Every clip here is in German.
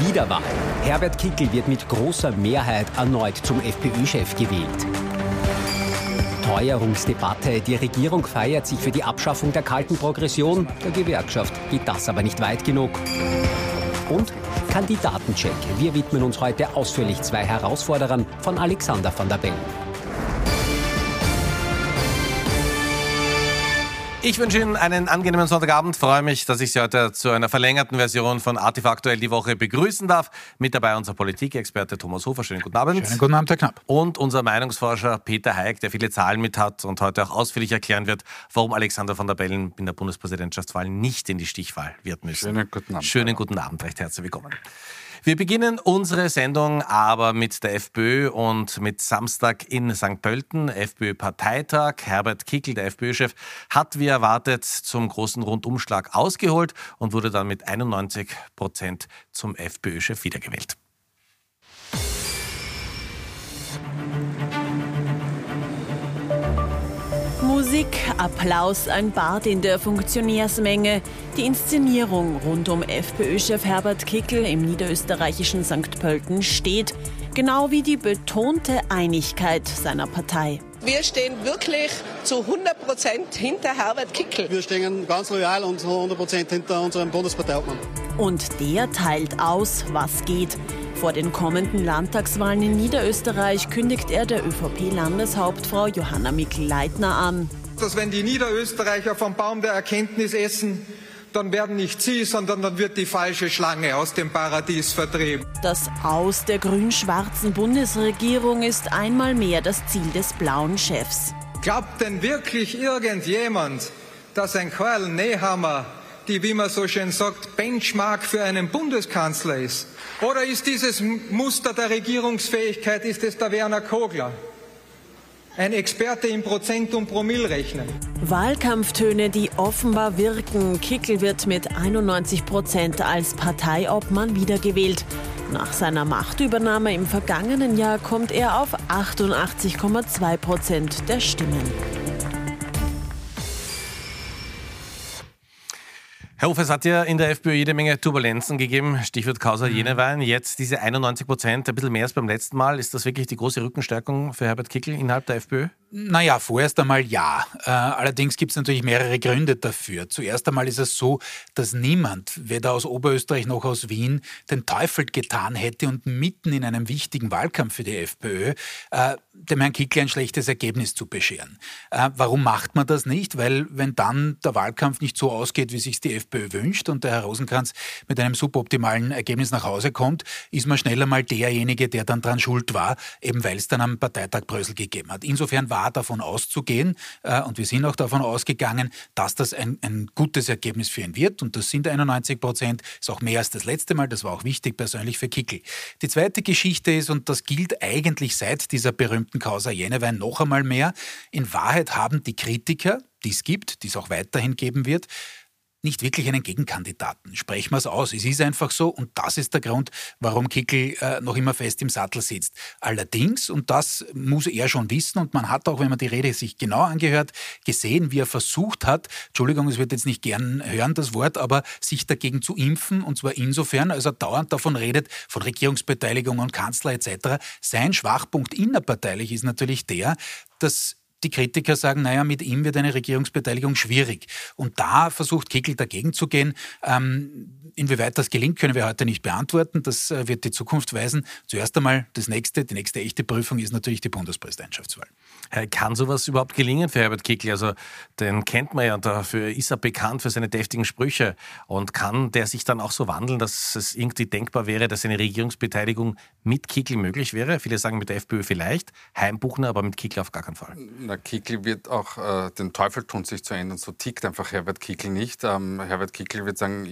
Wiederwahl. Herbert Kickl wird mit großer Mehrheit erneut zum FPÖ-Chef gewählt. Teuerungsdebatte. Die Regierung feiert sich für die Abschaffung der kalten Progression. Der Gewerkschaft geht das aber nicht weit genug. Und Kandidatencheck. Wir widmen uns heute ausführlich 2 Herausforderern von Alexander van der Bellen. Ich wünsche Ihnen einen angenehmen Sonntagabend. Freue mich, dass ich Sie heute zu einer verlängerten Version von ATV aktuell die Woche begrüßen darf. Mit dabei unser Politikexperte Thomas Hofer. Schönen guten Abend. Schönen guten Abend, Herr Knapp. Und unser Meinungsforscher Peter Haig, der viele Zahlen mit hat und heute auch ausführlich erklären wird, warum Alexander van der Bellen in der Bundespräsidentschaftswahl nicht in die Stichwahl wird müssen. Schönen guten Abend. Schönen guten Abend, recht herzlich willkommen. Wir beginnen unsere Sendung aber mit der FPÖ und mit Samstag in St. Pölten. FPÖ-Parteitag. Herbert Kickl, der FPÖ-Chef, hat wie erwartet zum großen Rundumschlag ausgeholt und wurde dann mit 91% zum FPÖ-Chef wiedergewählt. Musik, Applaus, ein Bad in der Funktionärsmenge. Die Inszenierung rund um FPÖ-Chef Herbert Kickl im niederösterreichischen St. Pölten steht, genau wie die betonte Einigkeit seiner Partei. Wir stehen wirklich zu 100% hinter Herbert Kickl. Wir stehen ganz loyal und zu 100% hinter unserem Bundesparteiobmann. Und der teilt aus, was geht. Vor den kommenden Landtagswahlen in Niederösterreich kündigt er der ÖVP-Landeshauptfrau Johanna Mikl-Leitner an. Dass wenn die Niederösterreicher vom Baum der Erkenntnis essen, dann werden nicht sie, sondern dann wird die falsche Schlange aus dem Paradies vertrieben. Das Aus der grün-schwarzen Bundesregierung ist einmal mehr das Ziel des blauen Chefs. Glaubt denn wirklich irgendjemand, dass ein Karl Nehammer die, wie man so schön sagt, Benchmark für einen Bundeskanzler ist? Oder ist dieses Muster der Regierungsfähigkeit, ist es der Werner Kogler? Ein Experte im Prozent- und Promillrechnen. Wahlkampftöne, die offenbar wirken. Kickl wird mit 91% als Parteiobmann wiedergewählt. Nach seiner Machtübernahme im vergangenen Jahr kommt er auf 88,2% der Stimmen. Herr Hofer, es hat ja in der FPÖ jede Menge Turbulenzen gegeben, Stichwort Causa Jenewein. Jetzt diese 91%, ein bisschen mehr als beim letzten Mal. Ist das wirklich die große Rückenstärkung für Herbert Kickl innerhalb der FPÖ? Naja, vorerst einmal ja. Allerdings gibt es natürlich mehrere Gründe dafür. Zuerst einmal ist es so, dass niemand, weder aus Oberösterreich noch aus Wien, den Teufel getan hätte und mitten in einem wichtigen Wahlkampf für die FPÖ dem Herrn Kickl ein schlechtes Ergebnis zu bescheren. Warum macht man das nicht? Weil wenn dann der Wahlkampf nicht so ausgeht, wie sich die FPÖ wünscht und der Herr Rosenkranz mit einem suboptimalen Ergebnis nach Hause kommt, ist man schneller mal derjenige, der dann dran schuld war, eben weil es dann am Parteitag Brösel gegeben hat. Insofern war davon auszugehen, und wir sind auch davon ausgegangen, dass das ein gutes Ergebnis für ihn wird. Und das sind 91%, ist auch mehr als das letzte Mal. Das war auch wichtig persönlich für Kickl. Die zweite Geschichte ist, und das gilt eigentlich seit dieser berühmten Causa Jenewein noch einmal mehr, in Wahrheit haben die Kritiker, die es gibt, die es auch weiterhin geben wird, nicht wirklich einen Gegenkandidaten. Sprechen wir es aus. Es ist einfach so und das ist der Grund, warum Kickl noch immer fest im Sattel sitzt. Allerdings, und das muss er schon wissen und man hat auch, wenn man die Rede sich genau angehört, gesehen, wie er versucht hat, Entschuldigung, es wird jetzt nicht gern hören, das Wort, aber sich dagegen zu impfen und zwar insofern, als er dauernd davon redet, von Regierungsbeteiligung und Kanzler etc. Sein Schwachpunkt innerparteilich ist natürlich der, dass die Kritiker sagen, naja, mit ihm wird eine Regierungsbeteiligung schwierig. Und da versucht Kickl dagegen zu gehen. Inwieweit das gelingt, können wir heute nicht beantworten. Das wird die Zukunft weisen. Zuerst einmal die nächste echte Prüfung ist natürlich die Bundespräsidentschaftswahl. Kann sowas überhaupt gelingen für Herbert Kickl? Also den kennt man ja und dafür ist er bekannt für seine deftigen Sprüche. Und kann der sich dann auch so wandeln, dass es irgendwie denkbar wäre, dass eine Regierungsbeteiligung mit Kickl möglich wäre? Viele sagen mit der FPÖ vielleicht, Heimbuchner, aber mit Kickl auf gar keinen Fall. Kickl wird auch den Teufel tun, sich zu ändern. So tickt einfach Herbert Kickl nicht. Herbert Kickl wird sagen,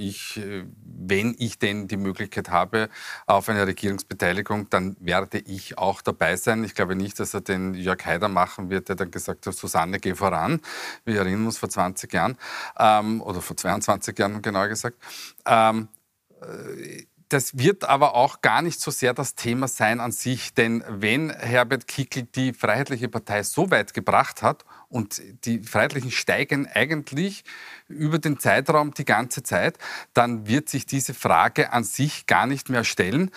wenn ich denn die Möglichkeit habe auf eine Regierungsbeteiligung, dann werde ich auch dabei sein. Ich glaube nicht, dass er den Jörg Haider machen wird, der dann gesagt hat, Susanne, geh voran. Wir erinnern uns vor 20 Jahren oder vor 22 Jahren genauer gesagt. Das wird aber auch gar nicht so sehr das Thema sein an sich, denn wenn Herbert Kickl die Freiheitliche Partei so weit gebracht hat und die Freiheitlichen steigen eigentlich über den Zeitraum die ganze Zeit, dann wird sich diese Frage an sich gar nicht mehr stellen.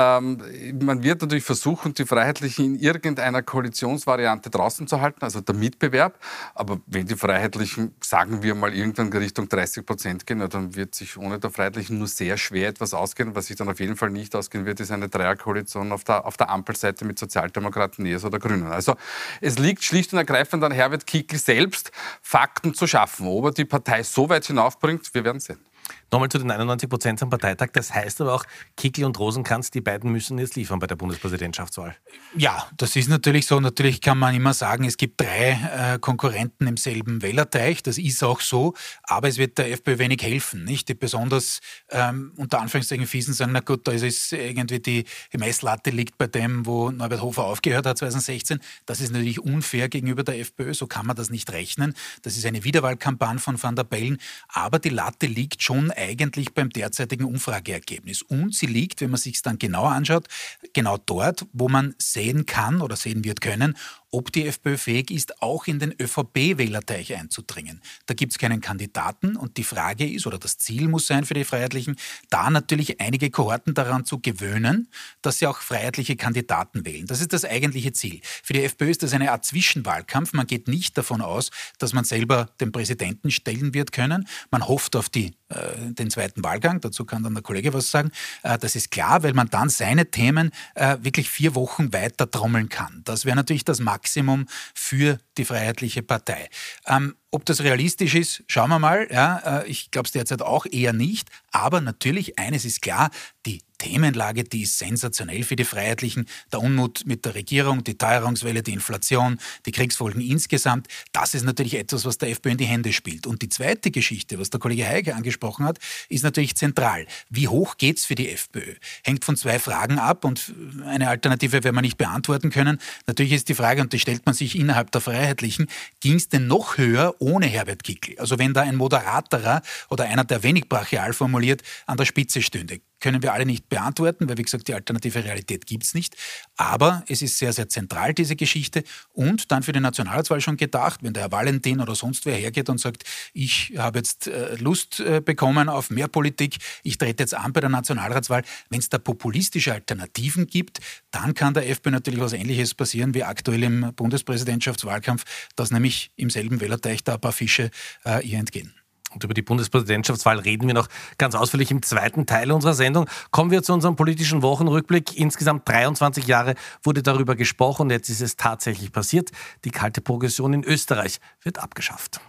Man wird natürlich versuchen, die Freiheitlichen in irgendeiner Koalitionsvariante draußen zu halten, also der Mitbewerb. Aber wenn die Freiheitlichen, sagen wir mal, irgendwann Richtung 30% gehen, dann wird sich ohne der Freiheitlichen nur sehr schwer etwas ausgehen. Was sich dann auf jeden Fall nicht ausgehen wird, ist eine Dreierkoalition auf der Ampelseite mit Sozialdemokraten, NEOS oder Grünen. Also es liegt schlicht und ergreifend an Herbert Kickl selbst, Fakten zu schaffen. Ob er die Partei so weit hinaufbringt, wir werden sehen. Nochmal zu den 91% am Parteitag. Das heißt aber auch, Kickl und Rosenkranz, die beiden müssen jetzt liefern bei der Bundespräsidentschaftswahl. Ja, das ist natürlich so. Natürlich kann man immer sagen, es gibt 3 Konkurrenten im selben Wählerteich. Das ist auch so. Aber es wird der FPÖ wenig helfen. Nicht? Die besonders unter Anführungszeichen Fiesen sagen, na gut, da ist es irgendwie die Messlatte liegt bei dem, wo Norbert Hofer aufgehört hat 2016. Das ist natürlich unfair gegenüber der FPÖ. So kann man das nicht rechnen. Das ist eine Wiederwahlkampagne von Van der Bellen. Aber die Latte liegt schon eigentlich beim derzeitigen Umfrageergebnis. Und sie liegt, wenn man sich es dann genauer anschaut, genau dort, wo man sehen kann oder sehen wird können, ob die FPÖ fähig ist, auch in den ÖVP-Wählerteich einzudringen. Da gibt es keinen Kandidaten und die Frage ist, oder das Ziel muss sein für die Freiheitlichen, da natürlich einige Kohorten daran zu gewöhnen, dass sie auch freiheitliche Kandidaten wählen. Das ist das eigentliche Ziel. Für die FPÖ ist das eine Art Zwischenwahlkampf. Man geht nicht davon aus, dass man selber den Präsidenten stellen wird können. Man hofft auf den zweiten Wahlgang, dazu kann dann der Kollege was sagen. Das ist klar, weil man dann seine Themen wirklich 4 Wochen weiter trommeln kann. Das wäre natürlich das Maximum für die Freiheitliche Partei. Ob das realistisch ist, schauen wir mal. Ja, ich glaube es derzeit auch eher nicht. Aber natürlich, eines ist klar, die Themenlage, die ist sensationell für die Freiheitlichen. Der Unmut mit der Regierung, die Teuerungswelle, die Inflation, die Kriegsfolgen insgesamt. Das ist natürlich etwas, was der FPÖ in die Hände spielt. Und die zweite Geschichte, was der Kollege Heike angesprochen hat, ist natürlich zentral. Wie hoch geht's für die FPÖ? Hängt von 2 Fragen ab und eine Alternative werden wir nicht beantworten können. Natürlich ist die Frage, und die stellt man sich innerhalb der Freiheitlichen, ging es denn noch höher ohne Herbert Kickl? Also wenn da ein moderaterer oder einer, der wenig brachial formuliert, an der Spitze stünde. Können wir alle nicht beantworten, weil, wie gesagt, die alternative Realität gibt es nicht. Aber es ist sehr, sehr zentral, diese Geschichte. Und dann für die Nationalratswahl schon gedacht, wenn der Herr Valentin oder sonst wer hergeht und sagt, ich habe jetzt Lust bekommen auf mehr Politik, ich trete jetzt an bei der Nationalratswahl. Wenn es da populistische Alternativen gibt, dann kann der FPÖ natürlich was Ähnliches passieren wie aktuell im Bundespräsidentschaftswahlkampf, dass nämlich im selben Wählerteich da ein paar Fische ihr entgehen. Und über die Bundespräsidentschaftswahl reden wir noch ganz ausführlich im zweiten Teil unserer Sendung. Kommen wir zu unserem politischen Wochenrückblick. Insgesamt 23 Jahre wurde darüber gesprochen und jetzt ist es tatsächlich passiert. Die kalte Progression in Österreich wird abgeschafft.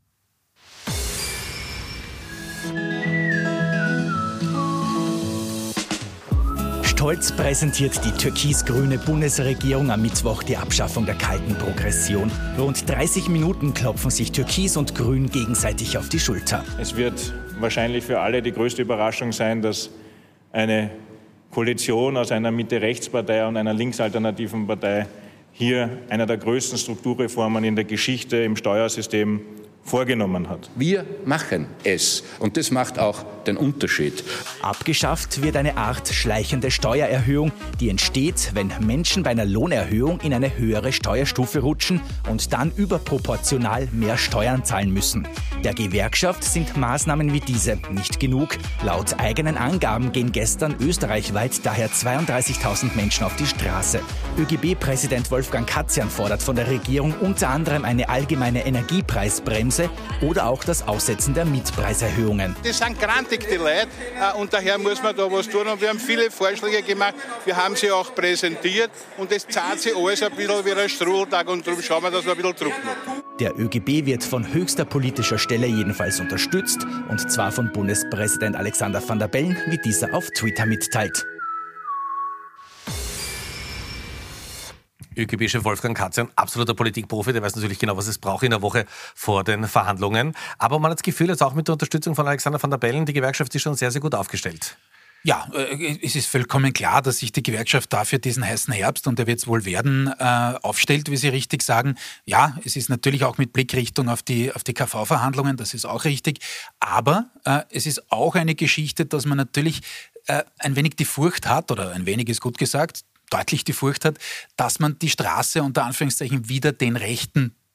Stolz präsentiert die türkis-grüne Bundesregierung am Mittwoch die Abschaffung der kalten Progression. Rund 30 Minuten klopfen sich Türkis und Grün gegenseitig auf die Schulter. Es wird wahrscheinlich für alle die größte Überraschung sein, dass eine Koalition aus einer Mitte-Rechts-Partei und einer linksalternativen Partei hier einer der größten Strukturreformen in der Geschichte im Steuersystem vorgenommen hat. Wir machen es und das macht auch den Unterschied. Abgeschafft wird eine Art schleichende Steuererhöhung, die entsteht, wenn Menschen bei einer Lohnerhöhung in eine höhere Steuerstufe rutschen und dann überproportional mehr Steuern zahlen müssen. Der Gewerkschaft sind Maßnahmen wie diese nicht genug. Laut eigenen Angaben gehen gestern österreichweit daher 32.000 Menschen auf die Straße. ÖGB-Präsident Wolfgang Katzian fordert von der Regierung unter anderem eine allgemeine Energiepreisbremse oder auch das Aussetzen der Mietpreiserhöhungen. Das sind grantig die Leute und daher muss man da was tun. Und wir haben viele Vorschläge gemacht, wir haben sie auch präsentiert und es zahlt sich alles ein bisschen wie ein Strudeltag und darum schauen wir, dass wir ein bisschen Druck machen. Der ÖGB wird von höchster politischer Stelle jedenfalls unterstützt und zwar von Bundespräsident Alexander Van der Bellen, wie dieser auf Twitter mitteilt. ÖGB-Chef Wolfgang Katzian, absoluter Politikprofi, der weiß natürlich genau, was es braucht in der Woche vor den Verhandlungen. Aber man hat das Gefühl, jetzt auch mit der Unterstützung von Alexander Van der Bellen, die Gewerkschaft ist schon sehr, sehr gut aufgestellt. Ja, es ist vollkommen klar, dass sich die Gewerkschaft dafür diesen heißen Herbst, und der wird es wohl werden, aufstellt, wie Sie richtig sagen. Ja, es ist natürlich auch mit Blickrichtung auf die KV-Verhandlungen, das ist auch richtig. Aber es ist auch eine Geschichte, dass man natürlich ein wenig die Furcht hat, oder ein wenig ist gut gesagt, deutlich die Furcht hat, dass man die Straße unter Anführungszeichen wieder den Rechten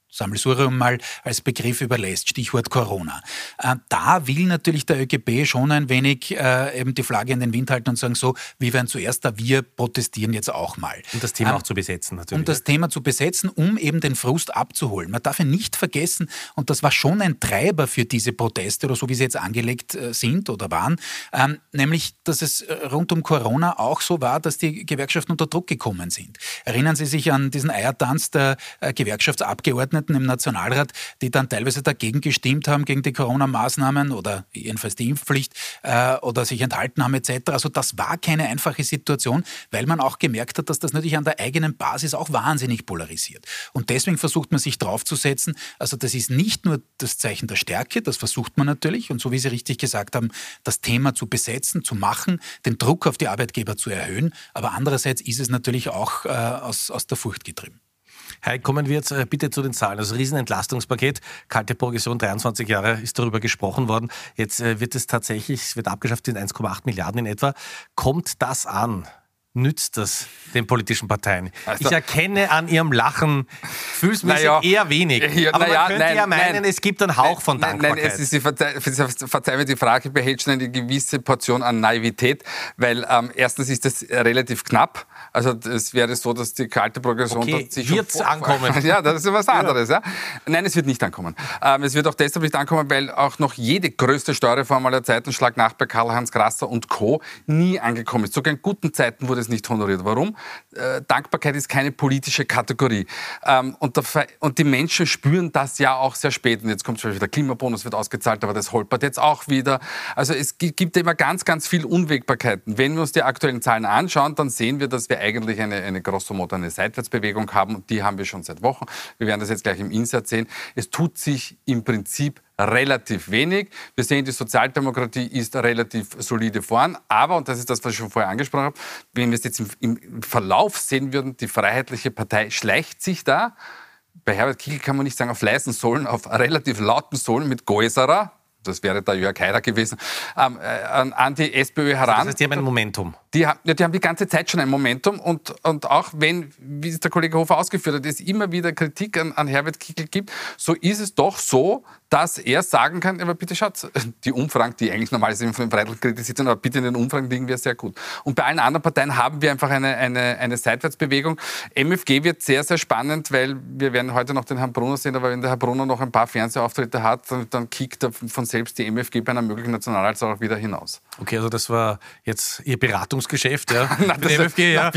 Sammelsurium mal als Begriff überlässt, Stichwort Corona. Da will natürlich der ÖGB schon ein wenig eben die Flagge in den Wind halten und sagen, so, wir werden zuerst da, wir protestieren jetzt auch mal. Und das Thema auch zu besetzen natürlich. Um das Thema zu besetzen, um eben den Frust abzuholen. Man darf ja nicht vergessen, und das war schon ein Treiber für diese Proteste, oder so wie sie jetzt angelegt sind oder waren, nämlich, dass es rund um Corona auch so war, dass die Gewerkschaften unter Druck gekommen sind. Erinnern Sie sich an diesen Eiertanz der Gewerkschaftsabgeordneten im Nationalrat, die dann teilweise dagegen gestimmt haben, gegen die Corona-Maßnahmen oder jedenfalls die Impfpflicht oder sich enthalten haben etc. Also das war keine einfache Situation, weil man auch gemerkt hat, dass das natürlich an der eigenen Basis auch wahnsinnig polarisiert. Und deswegen versucht man sich draufzusetzen, also das ist nicht nur das Zeichen der Stärke, das versucht man natürlich und so wie Sie richtig gesagt haben, das Thema zu besetzen, zu machen, den Druck auf die Arbeitgeber zu erhöhen, aber andererseits ist es natürlich auch aus der Furcht getrieben. Heik, kommen wir jetzt bitte zu den Zahlen. Also Riesenentlastungspaket, kalte Progression, 23 Jahre ist darüber gesprochen worden. Jetzt wird es tatsächlich, wird abgeschafft, sind 1,8 Milliarden in etwa. Kommt das an? Nützt das den politischen Parteien? Also, ich erkenne an Ihrem Lachen gefühlsmäßig eher wenig. Aber man könnte meinen, es gibt einen Hauch von Dankbarkeit. Verzeih mir die Frage, behält schon eine gewisse Portion an Naivität, weil erstens ist das relativ knapp. Also es wäre so, dass die kalte Progression sich wird es ankommen. Ja, das ist was anderes. Ja. Nein, es wird nicht ankommen. Es wird auch deshalb nicht ankommen, weil auch noch jede größte Steuerreform aller Zeiten, Schlag nach bei Karl-Heinz Grasser und Co., nie angekommen ist. Sogar in guten Zeiten wurde es nicht honoriert. Warum? Dankbarkeit ist keine politische Kategorie. Und die Menschen spüren das ja auch sehr spät. Und jetzt kommt zum Beispiel der Klimabonus, wird ausgezahlt, aber das holpert jetzt auch wieder. Also es gibt immer ganz, ganz viel Unwägbarkeiten. Wenn wir uns die aktuellen Zahlen anschauen, dann sehen wir, dass wir eigentlich eine grosso modo eine Seitwärtsbewegung haben. Und die haben wir schon seit Wochen. Wir werden das jetzt gleich im Insert sehen. Es tut sich im Prinzip relativ wenig. Wir sehen, die Sozialdemokratie ist relativ solide vorn. Aber, und das ist das, was ich schon vorher angesprochen habe, wenn wir es jetzt im Verlauf sehen würden, die Freiheitliche Partei schleicht sich da. Bei Herbert Kickl kann man nicht sagen auf leisen Sohlen, auf relativ lauten Sohlen mit Geuserer, das wäre der Jörg Haider gewesen, an die SPÖ heran. Das heißt, die haben ein Momentum. Die haben die ganze Zeit schon ein Momentum und auch wenn, wie es der Kollege Hofer ausgeführt hat, es immer wieder Kritik an Herbert Kickl gibt, so ist es doch so, dass er sagen kann, aber bitte schaut, die Umfragen, die eigentlich normalerweise von den Freital kritisiert sind, aber bitte in den Umfragen liegen wir sehr gut. Und bei allen anderen Parteien haben wir einfach eine Seitwärtsbewegung. MFG wird sehr, sehr spannend, weil wir werden heute noch den Herrn Brunner sehen, aber wenn der Herr Brunner noch ein paar Fernsehauftritte hat, dann kickt er von selbst die MFG bei einer möglichen Nationalratswahl auch wieder hinaus. Okay, also das war jetzt Ihr Beratungsgeschäft, ja? Nein, das MFG, ja.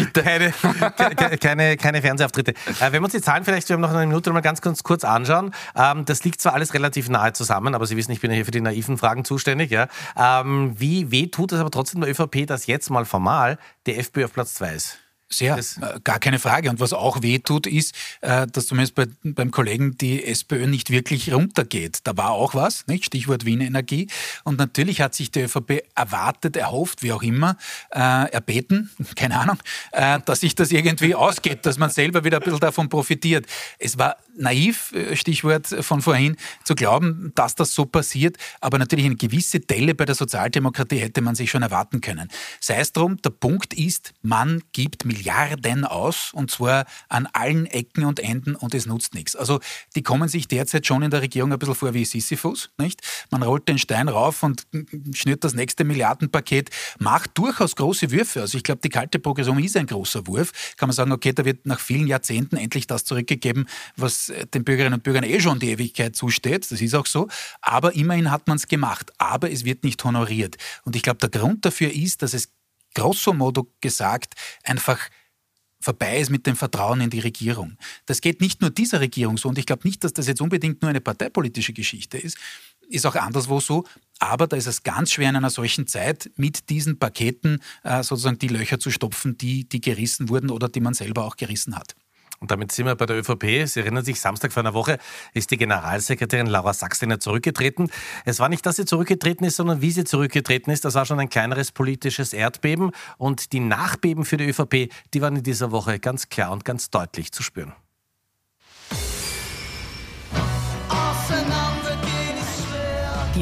Keine Fernsehauftritte. Wenn wir uns die Zahlen vielleicht, wir haben noch eine Minute, mal ganz kurz anschauen. Das liegt zwar alles relativ nahe zusammen, aber Sie wissen, ich bin ja hier für die naiven Fragen zuständig. Ja? Wie weh tut es aber trotzdem der ÖVP, dass jetzt mal formal die FPÖ auf Platz 2 ist? Sehr, gar keine Frage. Und was auch weh tut, ist, dass zumindest beim Kollegen die SPÖ nicht wirklich runtergeht. Da war auch was, nicht? Stichwort Wien Energie. Und natürlich hat sich die ÖVP erwartet, erhofft, wie auch immer, erbeten, keine Ahnung, dass sich das irgendwie ausgeht, dass man selber wieder ein bisschen davon profitiert. Es war naiv, Stichwort von vorhin, zu glauben, dass das so passiert. Aber natürlich eine gewisse Delle bei der Sozialdemokratie hätte man sich schon erwarten können. Sei es drum, der Punkt ist, man gibt Milliarden aus, und zwar an allen Ecken und Enden, und es nutzt nichts. Also die kommen sich derzeit schon in der Regierung ein bisschen vor wie Sisyphus, nicht? Man rollt den Stein rauf und schnürt das nächste Milliardenpaket, macht durchaus große Würfe. Also ich glaube, die kalte Progression ist ein großer Wurf. Kann man sagen, okay, da wird nach vielen Jahrzehnten endlich das zurückgegeben, was den Bürgerinnen und Bürgern schon die Ewigkeit zusteht. Das ist auch so. Aber immerhin hat man es gemacht. Aber es wird nicht honoriert. Und ich glaube, der Grund dafür ist, dass es grosso modo gesagt einfach vorbei ist mit dem Vertrauen in die Regierung. Das geht nicht nur dieser Regierung so, und ich glaube nicht, dass das jetzt unbedingt nur eine parteipolitische Geschichte ist auch anderswo so, aber da ist es ganz schwer in einer solchen Zeit mit diesen Paketen sozusagen die Löcher zu stopfen, die gerissen wurden oder die man selber auch gerissen hat. Und damit sind wir bei der ÖVP. Sie erinnern sich, Samstag vor einer Woche ist die Generalsekretärin Laura Sachsener zurückgetreten. Es war nicht, dass sie zurückgetreten ist, sondern wie sie zurückgetreten ist. Das war schon ein kleineres politisches Erdbeben. Und die Nachbeben für die ÖVP, die waren in dieser Woche ganz klar und ganz deutlich zu spüren. Die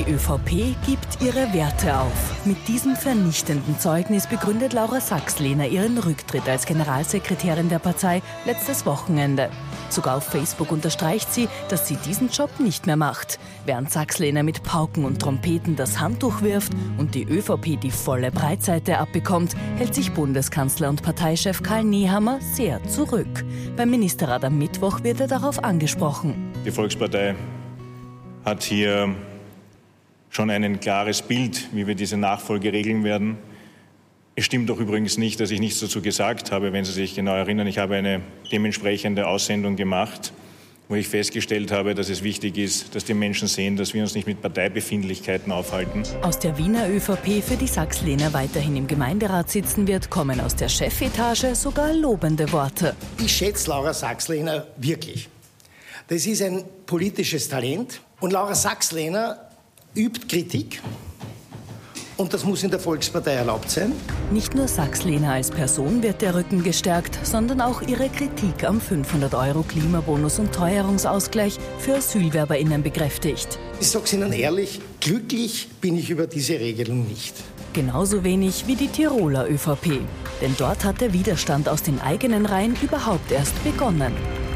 ÖVP gibt ihre Werte auf. Mit diesem vernichtenden Zeugnis begründet Laura Sachs-Lehner ihren Rücktritt als Generalsekretärin der Partei letztes Wochenende. Sogar auf Facebook unterstreicht sie, dass sie diesen Job nicht mehr macht. Während Sachs-Lehner mit Pauken und Trompeten das Handtuch wirft und die ÖVP die volle Breitseite abbekommt, hält sich Bundeskanzler und Parteichef Karl Nehammer sehr zurück. Beim Ministerrat am Mittwoch wird er darauf angesprochen. Die Volkspartei hat hier schon ein klares Bild, wie wir diese Nachfolge regeln werden. Es stimmt doch übrigens nicht, dass ich nichts dazu gesagt habe, wenn Sie sich genau erinnern. Ich habe eine dementsprechende Aussendung gemacht, wo ich festgestellt habe, dass es wichtig ist, dass die Menschen sehen, dass wir uns nicht mit Parteibefindlichkeiten aufhalten. Aus der Wiener ÖVP, für die Sachs-Lehner weiterhin im Gemeinderat sitzen wird, kommen aus der Chefetage sogar lobende Worte. Ich schätze Laura Sachs-Lehner wirklich. Das ist ein politisches Talent. Und Laura Sachs-Lehner übt Kritik. Und das muss in der Volkspartei erlaubt sein. Nicht nur Sachs-Lehner als Person wird der Rücken gestärkt, sondern auch ihre Kritik am 500-Euro-Klimabonus und Teuerungsausgleich für AsylwerberInnen bekräftigt. Ich sag's Ihnen ehrlich, glücklich bin ich über diese Regelung nicht. Genauso wenig wie die Tiroler ÖVP. Denn dort hat der Widerstand aus den eigenen Reihen überhaupt erst begonnen.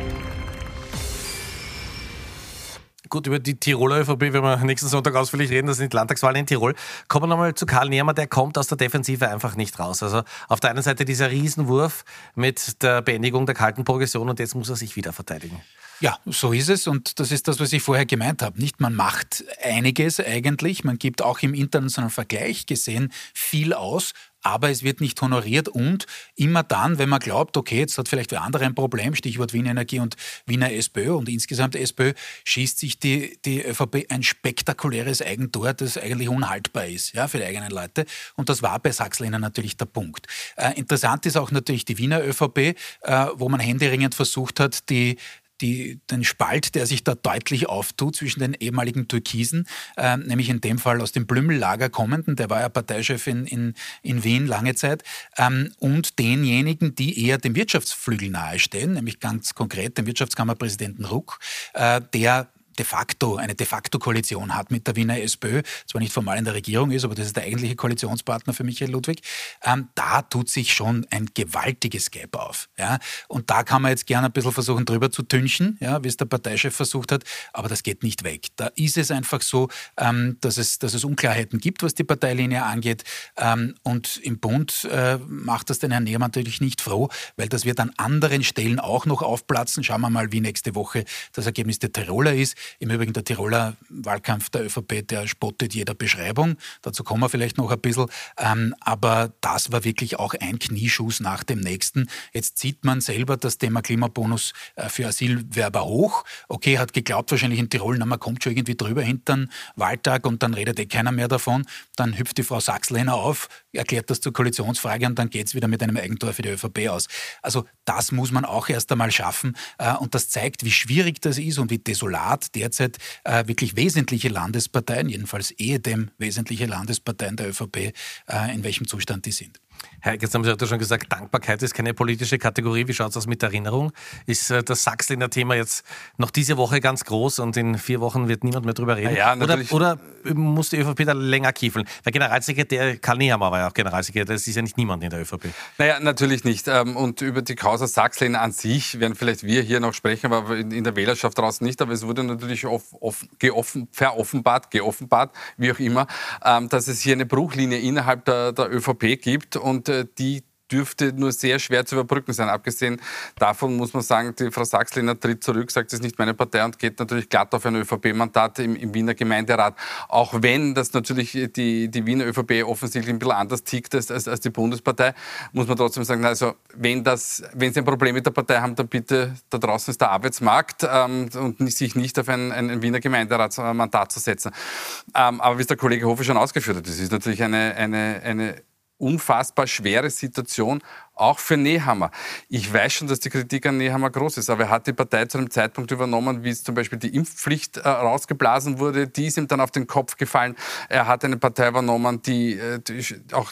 Gut, über die Tiroler ÖVP werden wir nächsten Sonntag ausführlich reden, das sind die Landtagswahlen in Tirol. Kommen wir nochmal zu Karl Nehammer, der kommt aus der Defensive einfach nicht raus. Also auf der einen Seite dieser Riesenwurf mit der Beendigung der kalten Progression und jetzt muss er sich wieder verteidigen. Ja, so ist es und das ist das, was ich vorher gemeint habe. Nicht, man macht einiges eigentlich, man gibt auch im internationalen Vergleich gesehen viel aus, aber es wird nicht honoriert und immer dann, wenn man glaubt, okay, jetzt hat vielleicht wer andere ein Problem, Stichwort Wiener Energie und Wiener SPÖ und insgesamt SPÖ, schießt sich die ÖVP ein spektakuläres Eigentor, das eigentlich unhaltbar ist, ja, für die eigenen Leute. Und das war bei Sachs-Lehner natürlich der Punkt. Interessant ist auch natürlich die Wiener ÖVP, wo man händeringend versucht hat, den Spalt, der sich da deutlich auftut zwischen den ehemaligen Türkisen, nämlich in dem Fall aus dem Blümel-Lager kommenden, der war ja Parteichef in Wien lange Zeit, und denjenigen, die eher dem Wirtschaftsflügel nahestehen, nämlich ganz konkret dem Wirtschaftskammerpräsidenten Ruck, der eine de facto Koalition hat mit der Wiener SPÖ, zwar nicht formal in der Regierung ist, aber das ist der eigentliche Koalitionspartner für Michael Ludwig, da tut sich schon ein gewaltiges Gap auf. Ja? Und da kann man jetzt gerne ein bisschen versuchen, drüber zu tünchen, ja, wie es der Parteichef versucht hat, aber das geht nicht weg. Da ist es einfach so, dass es Unklarheiten gibt, was die Parteilinie angeht, und im Bund macht das den Herrn Nehammer natürlich nicht froh, weil das wird an anderen Stellen auch noch aufplatzen. Schauen wir mal, wie nächste Woche das Ergebnis der Tiroler ist. Im Übrigen der Tiroler Wahlkampf der ÖVP, der spottet jeder Beschreibung. Dazu kommen wir vielleicht noch ein bisschen. Aber das war wirklich auch ein Knieschuss nach dem nächsten. Jetzt sieht man selber das Thema Klimabonus für Asylwerber hoch. Okay, hat geglaubt wahrscheinlich in Tirol, man kommt schon irgendwie drüber hinter den Wahltag und dann redet keiner mehr davon. Dann hüpft die Frau Sachs-Lehner auf, erklärt das zur Koalitionsfrage und dann geht es wieder mit einem Eigentor für die ÖVP aus. Also das muss man auch erst einmal schaffen. Und das zeigt, wie schwierig das ist und wie desolat derzeit wirklich wesentliche Landesparteien, jedenfalls ehedem wesentliche Landesparteien der ÖVP, in welchem Zustand die sind. Herr, jetzt haben Sie heute schon gesagt, Dankbarkeit ist keine politische Kategorie. Wie schaut es aus mit Erinnerung? Ist das Sachs-Lehner Thema jetzt noch diese Woche ganz groß und in 4 Wochen wird niemand mehr drüber reden? Ja, oder muss die ÖVP da länger kiefeln? Weil Generalsekretär Karl Nehammer war ja auch Generalsekretär, das ist ja nicht niemand in der ÖVP. Naja, natürlich nicht. Und über die Causa Sachs-Lehner an sich werden vielleicht wir hier noch sprechen, aber in der Wählerschaft draußen nicht. Aber es wurde natürlich veroffenbart, wie auch immer, dass es hier eine Bruchlinie innerhalb der ÖVP gibt und die dürfte nur sehr schwer zu überbrücken sein. Abgesehen davon muss man sagen, die Frau Sachs-Lehner tritt zurück, sagt, es ist nicht meine Partei und geht natürlich glatt auf ein ÖVP-Mandat im Wiener Gemeinderat. Auch wenn das natürlich die Wiener ÖVP offensichtlich ein bisschen anders tickt als die Bundespartei, muss man trotzdem sagen, also wenn Sie ein Problem mit der Partei haben, dann bitte, da draußen ist der Arbeitsmarkt und sich nicht auf ein Wiener Gemeinderatsmandat zu setzen. Aber wie es der Kollege Hofer schon ausgeführt hat, das ist natürlich eine unfassbar schwere Situation, auch für Nehammer. Ich weiß schon, dass die Kritik an Nehammer groß ist, aber er hat die Partei zu einem Zeitpunkt übernommen, wie es zum Beispiel die Impfpflicht rausgeblasen wurde, die ist ihm dann auf den Kopf gefallen. Er hat eine Partei übernommen, die auch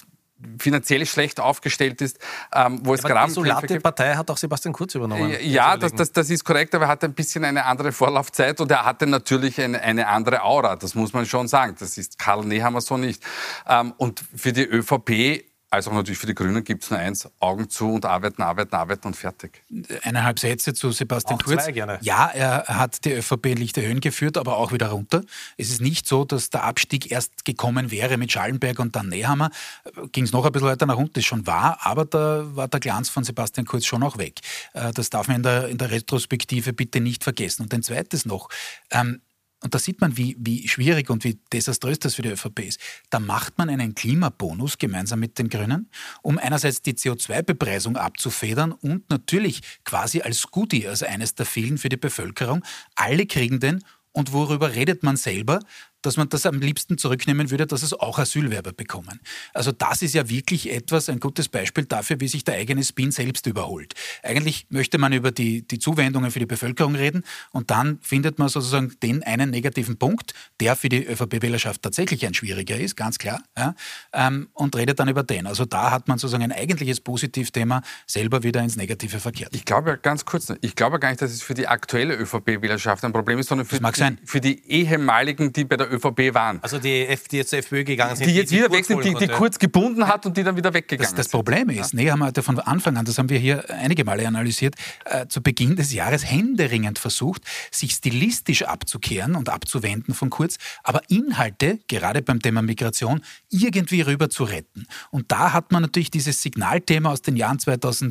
finanziell schlecht aufgestellt ist, wo es aber die isolate Partei hat auch Sebastian Kurz übernommen. Ja, das ist korrekt, aber er hat ein bisschen eine andere Vorlaufzeit und er hatte natürlich eine andere Aura, das muss man schon sagen. Das ist Karl Nehammer so nicht. Und für die ÖVP, als auch natürlich für die Grünen, gibt es nur eins: Augen zu und arbeiten und fertig. 1,5 Sätze zu Sebastian auch Kurz. 2 gerne. Ja, er hat die ÖVP in lichte Höhen geführt, aber auch wieder runter. Es ist nicht so, dass der Abstieg erst gekommen wäre mit Schallenberg und dann Nehammer. Ging es noch ein bisschen weiter nach unten, das schon war, aber da war der Glanz von Sebastian Kurz schon auch weg. Das darf man in der Retrospektive bitte nicht vergessen. Und ein zweites noch, und da sieht man, wie schwierig und wie desaströs das für die ÖVP ist. Da macht man einen Klimabonus gemeinsam mit den Grünen, um einerseits die CO2-Bepreisung abzufedern und natürlich quasi als Goodie, also eines der vielen für die Bevölkerung. Alle kriegen den. Und worüber redet man selber? Dass man das am liebsten zurücknehmen würde, dass es auch Asylwerber bekommen. Also das ist ja wirklich ein gutes Beispiel dafür, wie sich der eigene Spin selbst überholt. Eigentlich möchte man über die Zuwendungen für die Bevölkerung reden und dann findet man sozusagen den einen negativen Punkt, der für die ÖVP-Wählerschaft tatsächlich ein schwieriger ist, ganz klar, ja, und redet dann über den. Also da hat man sozusagen ein eigentliches Positivthema selber wieder ins Negative verkehrt. Ich glaube gar nicht, dass es für die aktuelle ÖVP-Wählerschaft ein Problem ist, sondern für die ehemaligen, die bei der ÖVP waren. Also die jetzt zur FPÖ gegangen sind. Die jetzt wieder weg sind, die Kurz gebunden hat und die dann wieder weggegangen sind. Das Problem ist, Nehammer hat ja von Anfang an, das haben wir hier einige Male analysiert, zu Beginn des Jahres händeringend versucht, sich stilistisch abzukehren und abzuwenden von Kurz, aber Inhalte, gerade beim Thema Migration, irgendwie rüber zu retten. Und da hat man natürlich dieses Signalthema aus den Jahren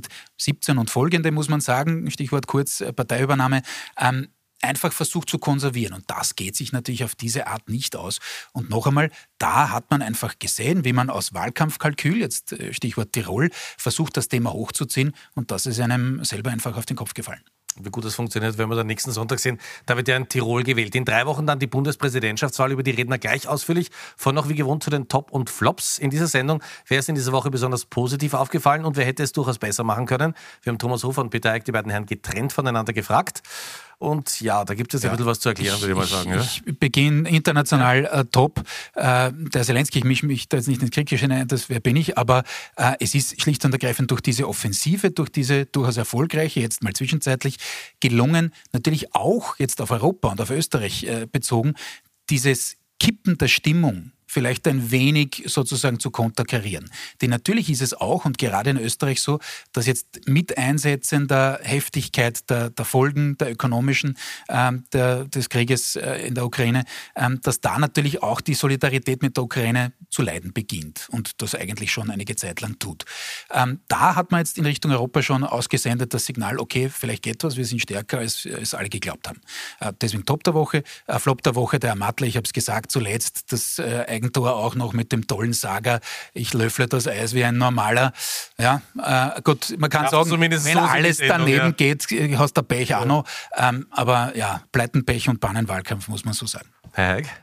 2017 und folgende, muss man sagen, Stichwort Kurz, Parteiübernahme, einfach versucht zu konservieren. Und das geht sich natürlich auf diese Art nicht aus. Und noch einmal, da hat man einfach gesehen, wie man aus Wahlkampfkalkül, jetzt Stichwort Tirol, versucht, das Thema hochzuziehen. Und das ist einem selber einfach auf den Kopf gefallen. Wie gut das funktioniert, werden wir dann nächsten Sonntag sehen. Da wird ja in Tirol gewählt. In 3 Wochen dann die Bundespräsidentschaftswahl, über die reden wir gleich ausführlich. Von noch wie gewohnt zu den Top und Flops in dieser Sendung. Wer ist in dieser Woche besonders positiv aufgefallen und wer hätte es durchaus besser machen können? Wir haben Thomas Hofer und Peter Eick, die beiden Herren, getrennt voneinander gefragt. Und ja, da gibt es ein bisschen was zu erklären, würde ich mal sagen. Ich beginne international top. Der Zelensky, ich mich da jetzt nicht ins Kriegerische hinein, wer bin ich, aber es ist schlicht und ergreifend durch diese Offensive, durch diese durchaus erfolgreiche, jetzt mal zwischenzeitlich, gelungen, natürlich auch jetzt auf Europa und auf Österreich bezogen, dieses Kippen der Stimmung vielleicht ein wenig sozusagen zu konterkarieren. Denn natürlich ist es auch, und gerade in Österreich so, dass jetzt mit Einsätzen der Heftigkeit der Folgen, der ökonomischen des Krieges in der Ukraine, dass da natürlich auch die Solidarität mit der Ukraine zu leiden beginnt und das eigentlich schon einige Zeit lang tut. Da hat man jetzt in Richtung Europa schon ausgesendet das Signal, okay, vielleicht geht was, wir sind stärker, als alle geglaubt haben. Deswegen Top der Woche, Flop der Woche, der Amatle, ich habe es gesagt, zuletzt das Eigentor auch noch mit dem tollen Saga, ich löffle das Eis wie ein normaler. Ja, gut, man kann sagen, wenn so alles daneben geht, hast du Pech auch noch. Aber ja, Pleitenpech und Bannenwahlkampf, muss man so sagen. Herr Eick?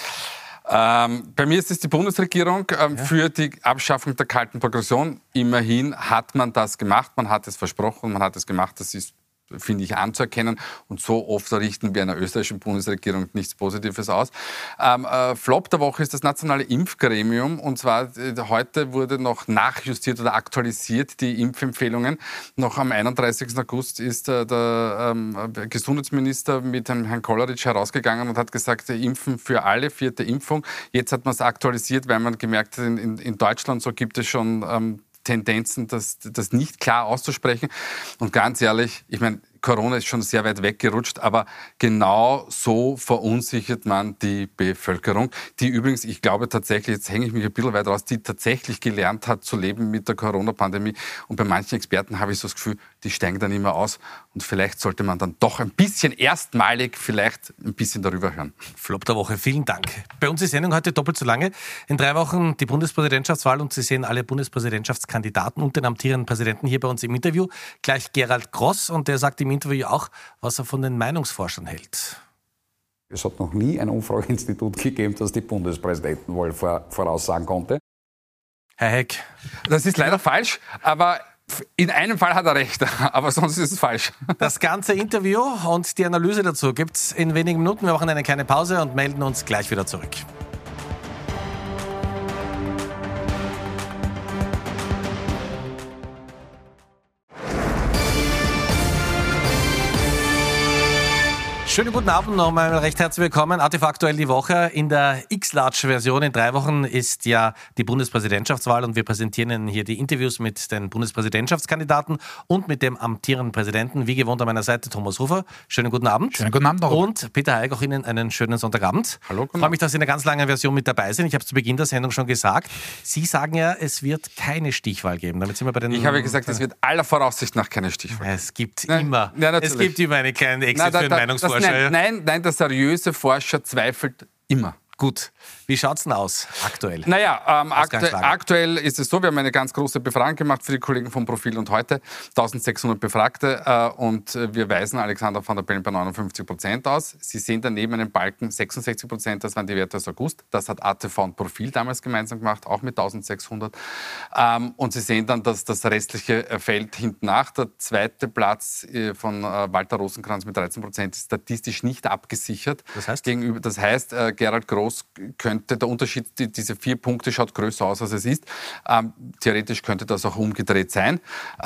Bei mir ist es die Bundesregierung für die Abschaffung der kalten Progression. Immerhin hat man das gemacht, man hat es versprochen, man hat es gemacht, das ist, finde ich, anzuerkennen. Und so oft richten wir einer österreichischen Bundesregierung nichts Positives aus. Flop der Woche ist das nationale Impfgremium. Und zwar heute wurde noch nachjustiert oder aktualisiert die Impfempfehlungen. Noch am 31. August ist der Gesundheitsminister mit dem Herrn Kolleritsch herausgegangen und hat gesagt, Impfen für alle, 4. Impfung. Jetzt hat man es aktualisiert, weil man gemerkt hat, in Deutschland so gibt es schon Tendenzen, das nicht klar auszusprechen. Und ganz ehrlich, ich meine, Corona ist schon sehr weit weggerutscht, aber genau so verunsichert man die Bevölkerung, die übrigens, ich glaube tatsächlich, jetzt hänge ich mich ein bisschen weit raus, die tatsächlich gelernt hat zu leben mit der Corona-Pandemie. Und bei manchen Experten habe ich so das Gefühl, die steigen dann immer aus. Und vielleicht sollte man dann doch ein bisschen erstmalig vielleicht ein bisschen darüber hören. Flop der Woche, vielen Dank. Bei uns ist die Sendung heute doppelt so lange. In 3 Wochen die Bundespräsidentschaftswahl und Sie sehen alle Bundespräsidentschaftskandidaten und den amtierenden Präsidenten hier bei uns im Interview. Gleich Gerald Gross und der sagt im Interview auch, was er von den Meinungsforschern hält. Es hat noch nie ein Umfrageinstitut gegeben, das die Bundespräsidentenwahl voraussagen konnte. Herr Heck. Das ist leider falsch, aber in einem Fall hat er recht, aber sonst ist es falsch. Das ganze Interview und die Analyse dazu gibt es in wenigen Minuten. Wir machen eine kleine Pause und melden uns gleich wieder zurück. Schönen guten Abend nochmal, recht herzlich willkommen. ATV aktuell die Woche. In der X-Large-Version in 3 Wochen ist ja die Bundespräsidentschaftswahl und wir präsentieren Ihnen hier die Interviews mit den Bundespräsidentschaftskandidaten und mit dem amtierenden Präsidenten. Wie gewohnt an meiner Seite Thomas Rufer. Schönen guten Abend. Schönen guten Abend noch. Und Peter Heig, auch Ihnen einen schönen Sonntagabend. Hallo. Ich freue mich, dass Sie in einer ganz langen Version mit dabei sind. Ich habe es zu Beginn der Sendung schon gesagt. Sie sagen ja, es wird keine Stichwahl geben. Damit sind wir bei den... Ich habe gesagt, es wird aller Voraussicht nach keine Stichwahl. Es gibt immer eine kleine Exit für einen Meinungsforscher. Nein, der seriöse Forscher zweifelt immer. Gut. Wie schaut es denn aus aktuell? Naja, aktuell ist es so, wir haben eine ganz große Befragung gemacht für die Kollegen von Profil und Heute. 1600 Befragte und wir weisen Alexander Van der Bellen bei 59% aus. Sie sehen daneben einen Balken 66%, das waren die Werte aus August. Das hat ATV und Profil damals gemeinsam gemacht, auch mit 1600. Und Sie sehen dann, dass das restliche Feld hinten nach. Der zweite Platz von Walter Rosenkranz mit 13% ist statistisch nicht abgesichert. Das heißt, Gerald Groß könnte, der Unterschied, diese 4 Punkte schaut größer aus, als es ist. Theoretisch könnte das auch umgedreht sein.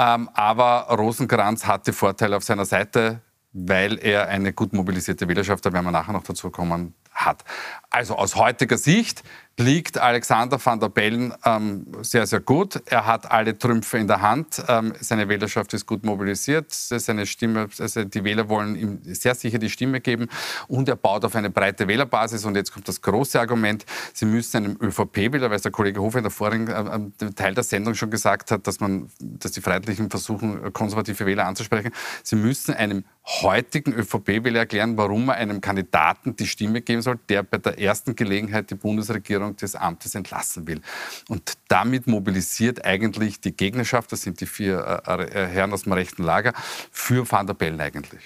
Aber Rosenkranz hatte Vorteile auf seiner Seite, weil er eine gut mobilisierte Wählerschaft, da werden wir nachher noch dazu kommen, hat. Also aus heutiger Sicht liegt Alexander Van der Bellen sehr, sehr gut. Er hat alle Trümpfe in der Hand. Seine Wählerschaft ist gut mobilisiert. Seine Stimme, also die Wähler wollen ihm sehr sicher die Stimme geben. Und er baut auf eine breite Wählerbasis. Und jetzt kommt das große Argument. Sie müssen einem ÖVP-Wähler, weil der Kollege Hofer in der vorigen Teil der Sendung schon gesagt hat, dass die Freiheitlichen versuchen, konservative Wähler anzusprechen. Sie müssen einem heutigen ÖVP-Wähler erklären, warum er einem Kandidaten die Stimme geben soll, der bei der ersten Gelegenheit die Bundesregierung des Amtes entlassen will. Und damit mobilisiert eigentlich die Gegnerschaft, das sind die 4 Herren aus dem rechten Lager, für Van der Bellen eigentlich.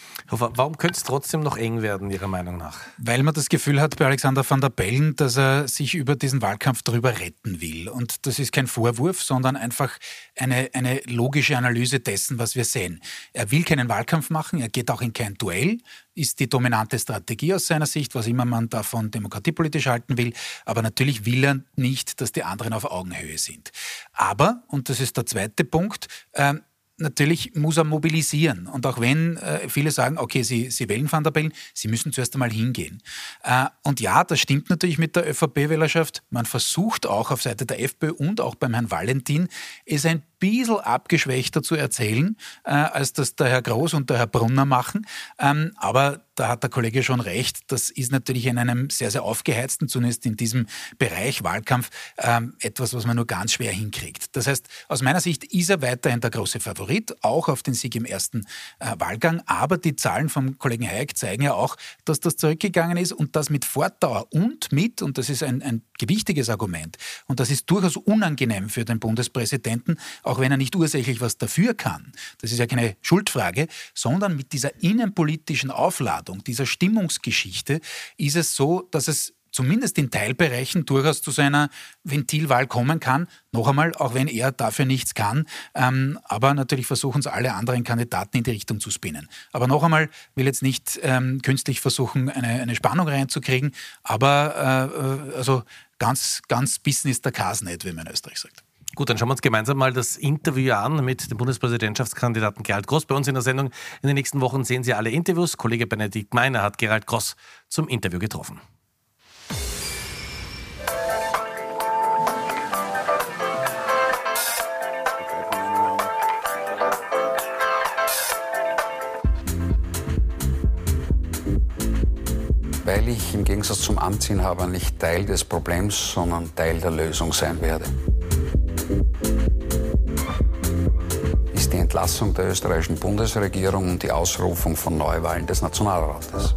Warum könnte es trotzdem noch eng werden, Ihrer Meinung nach? Weil man das Gefühl hat bei Alexander Van der Bellen, dass er sich über diesen Wahlkampf drüber retten will. Und das ist kein Vorwurf, sondern einfach eine logische Analyse dessen, was wir sehen. Er will keinen Wahlkampf machen, er geht auch in kein Duell, ist die dominante Strategie aus seiner Sicht, was immer man davon demokratiepolitisch halten will. Aber natürlich will er nicht, dass die anderen auf Augenhöhe sind. Aber, und das ist der zweite Punkt, natürlich muss er mobilisieren. Und auch wenn viele sagen, okay, sie wählen Van der Bellen, sie müssen zuerst einmal hingehen. Und ja, das stimmt natürlich mit der ÖVP-Wählerschaft. Man versucht auch auf Seite der FPÖ und auch beim Herrn Valentin, es ein bisschen abgeschwächter zu erzählen, als das der Herr Groß und der Herr Brunner machen. Aber da hat der Kollege schon recht, das ist natürlich in einem sehr, sehr aufgeheizten, zumindest in diesem Bereich Wahlkampf, etwas, was man nur ganz schwer hinkriegt. Das heißt, aus meiner Sicht ist er weiterhin der große Favorit, auch auf den Sieg im ersten Wahlgang. Aber die Zahlen vom Kollegen Hayek zeigen ja auch, dass das zurückgegangen ist und das mit Fortdauer und das ist ein gewichtiges Argument, und das ist durchaus unangenehm für den Bundespräsidenten, auch wenn er nicht ursächlich was dafür kann. Das ist ja keine Schuldfrage, sondern mit dieser innenpolitischen Aufladung, dieser Stimmungsgeschichte ist es so, dass es zumindest in Teilbereichen durchaus zu so einer Ventilwahl kommen kann. Noch einmal, auch wenn er dafür nichts kann. Aber natürlich versuchen es alle anderen Kandidaten in die Richtung zu spinnen. Aber noch einmal, will jetzt nicht künstlich versuchen, eine Spannung reinzukriegen. Aber also ganz bissen ist der Kas nicht, wie man in Österreich sagt. Gut, dann schauen wir uns gemeinsam mal das Interview an mit dem Bundespräsidentschaftskandidaten Gerald Groß. Bei uns in der Sendung in den nächsten Wochen sehen Sie alle Interviews. Kollege Benedikt Meiner hat Gerald Groß zum Interview getroffen. Weil ich im Gegensatz zum Amtsinhaber nicht Teil des Problems, sondern Teil der Lösung sein werde, ist die Entlassung der österreichischen Bundesregierung und die Ausrufung von Neuwahlen des Nationalrates.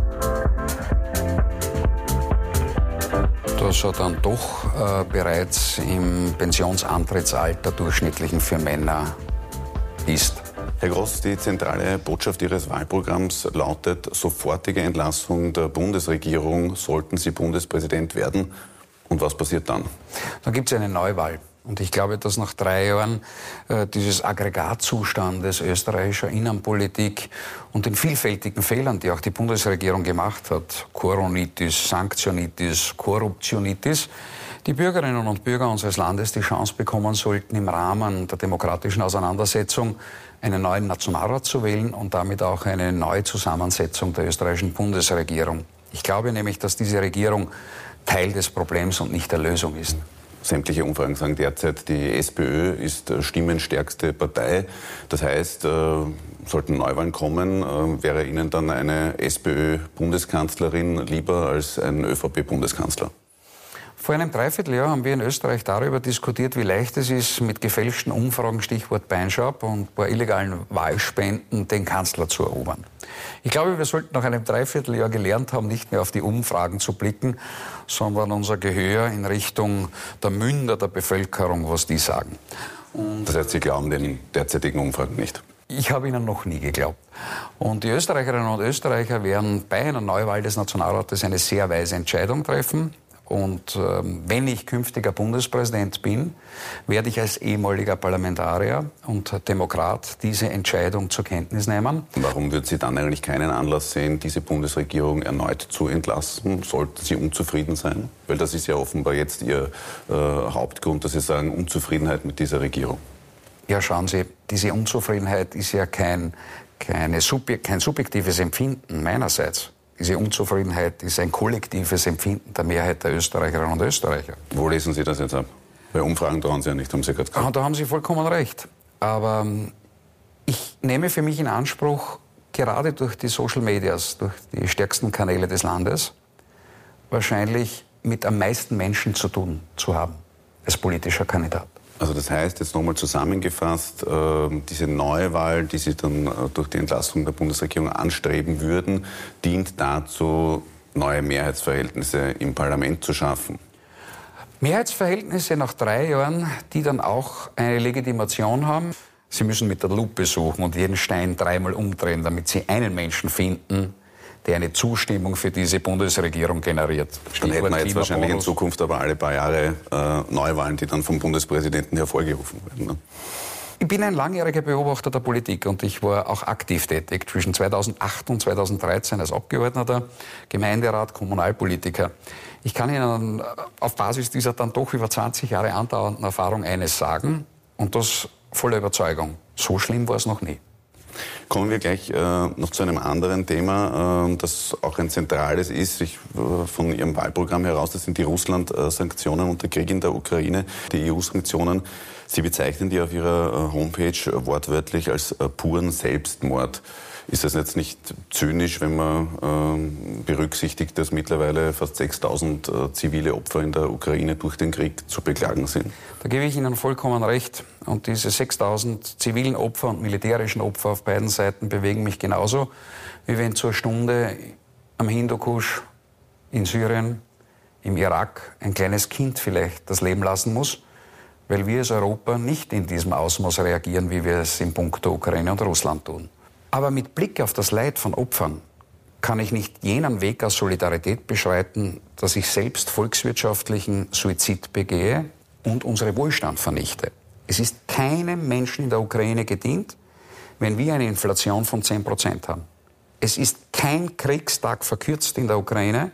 Das er dann doch bereits im Pensionsantrittsalter durchschnittlichen für Männer ist. Herr Groß, die zentrale Botschaft Ihres Wahlprogramms lautet sofortige Entlassung der Bundesregierung, sollten Sie Bundespräsident werden. Und was passiert dann? Dann gibt es eine Neuwahl. Und ich glaube, dass nach 3 Jahren dieses Aggregatzustandes österreichischer Innenpolitik und den vielfältigen Fehlern, die auch die Bundesregierung gemacht hat, Koronitis, Sanktionitis, Korruptionitis, Die Bürgerinnen und Bürger unseres Landes die Chance bekommen sollten, im Rahmen der demokratischen Auseinandersetzung einen neuen Nationalrat zu wählen und damit auch eine neue Zusammensetzung der österreichischen Bundesregierung. Ich glaube nämlich, dass diese Regierung Teil des Problems und nicht der Lösung ist. Sämtliche Umfragen sagen derzeit, die SPÖ ist stimmenstärkste Partei. Das heißt, sollten Neuwahlen kommen, wäre Ihnen dann eine SPÖ-Bundeskanzlerin lieber als ein ÖVP-Bundeskanzler? Vor einem Dreivierteljahr haben wir in Österreich darüber diskutiert, wie leicht es ist, mit gefälschten Umfragen, Stichwort Beinschab und ein paar illegalen Wahlspenden den Kanzler zu erobern. Ich glaube, wir sollten nach einem Dreivierteljahr gelernt haben, nicht mehr auf die Umfragen zu blicken, sondern unser Gehör in Richtung der Münder der Bevölkerung, was die sagen. Das heißt, Sie glauben den derzeitigen Umfragen nicht? Ich habe Ihnen noch nie geglaubt. Und die Österreicherinnen und Österreicher werden bei einer Neuwahl des Nationalrates eine sehr weise Entscheidung treffen. Und wenn ich künftiger Bundespräsident bin, werde ich als ehemaliger Parlamentarier und Demokrat diese Entscheidung zur Kenntnis nehmen. Warum würden Sie dann eigentlich keinen Anlass sehen, diese Bundesregierung erneut zu entlassen? Sollten Sie unzufrieden sein? Weil das ist ja offenbar jetzt Ihr Hauptgrund, dass Sie sagen, Unzufriedenheit mit dieser Regierung. Ja, schauen Sie, diese Unzufriedenheit ist ja kein subjektives Empfinden meinerseits. Diese Unzufriedenheit ist ein kollektives Empfinden der Mehrheit der Österreicherinnen und Österreicher. Wo lesen Sie das jetzt ab? Bei Umfragen trauen Sie ja nicht, haben Sie gerade gesagt. Da haben Sie vollkommen recht. Aber ich nehme für mich in Anspruch, gerade durch die Social Medias, durch die stärksten Kanäle des Landes, wahrscheinlich mit am meisten Menschen zu tun zu haben, als politischer Kandidat. Also das heißt, jetzt nochmal zusammengefasst, diese Neuwahl, die Sie dann durch die Entlassung der Bundesregierung anstreben würden, dient dazu, neue Mehrheitsverhältnisse im Parlament zu schaffen. Mehrheitsverhältnisse nach 3 Jahren, die dann auch eine Legitimation haben. Sie müssen mit der Lupe suchen und jeden Stein 3-mal umdrehen, damit Sie einen Menschen finden, der eine Zustimmung für diese Bundesregierung generiert. Dann hätten wir jetzt wahrscheinlich in Zukunft aber alle paar Jahre Neuwahlen, die dann vom Bundespräsidenten hervorgerufen werden. Ne? Ich bin ein langjähriger Beobachter der Politik und ich war auch aktiv tätig zwischen 2008 und 2013 als Abgeordneter, Gemeinderat, Kommunalpolitiker. Ich kann Ihnen auf Basis dieser dann doch über 20 Jahre andauernden Erfahrung eines sagen und das voller Überzeugung. So schlimm war es noch nie. Kommen wir gleich noch zu einem anderen Thema, das auch ein zentrales ist, von Ihrem Wahlprogramm heraus, das sind die Russland-Sanktionen und der Krieg in der Ukraine, die EU-Sanktionen. Sie bezeichnen die auf Ihrer Homepage wortwörtlich als puren Selbstmord. Ist das jetzt nicht zynisch, wenn man berücksichtigt, dass mittlerweile fast 6.000 zivile Opfer in der Ukraine durch den Krieg zu beklagen sind? Da gebe ich Ihnen vollkommen recht. Und diese 6.000 zivilen Opfer und militärischen Opfer auf beiden Seiten bewegen mich genauso, wie wenn zur Stunde am Hindukusch in Syrien, im Irak ein kleines Kind vielleicht das Leben lassen muss, weil wir als Europa nicht in diesem Ausmaß reagieren, wie wir es in puncto Ukraine und Russland tun. Aber mit Blick auf das Leid von Opfern kann ich nicht jenen Weg aus Solidarität beschreiten, dass ich selbst volkswirtschaftlichen Suizid begehe und unseren Wohlstand vernichte. Es ist keinem Menschen in der Ukraine gedient, wenn wir eine Inflation von 10% haben. Es ist kein Kriegstag verkürzt in der Ukraine,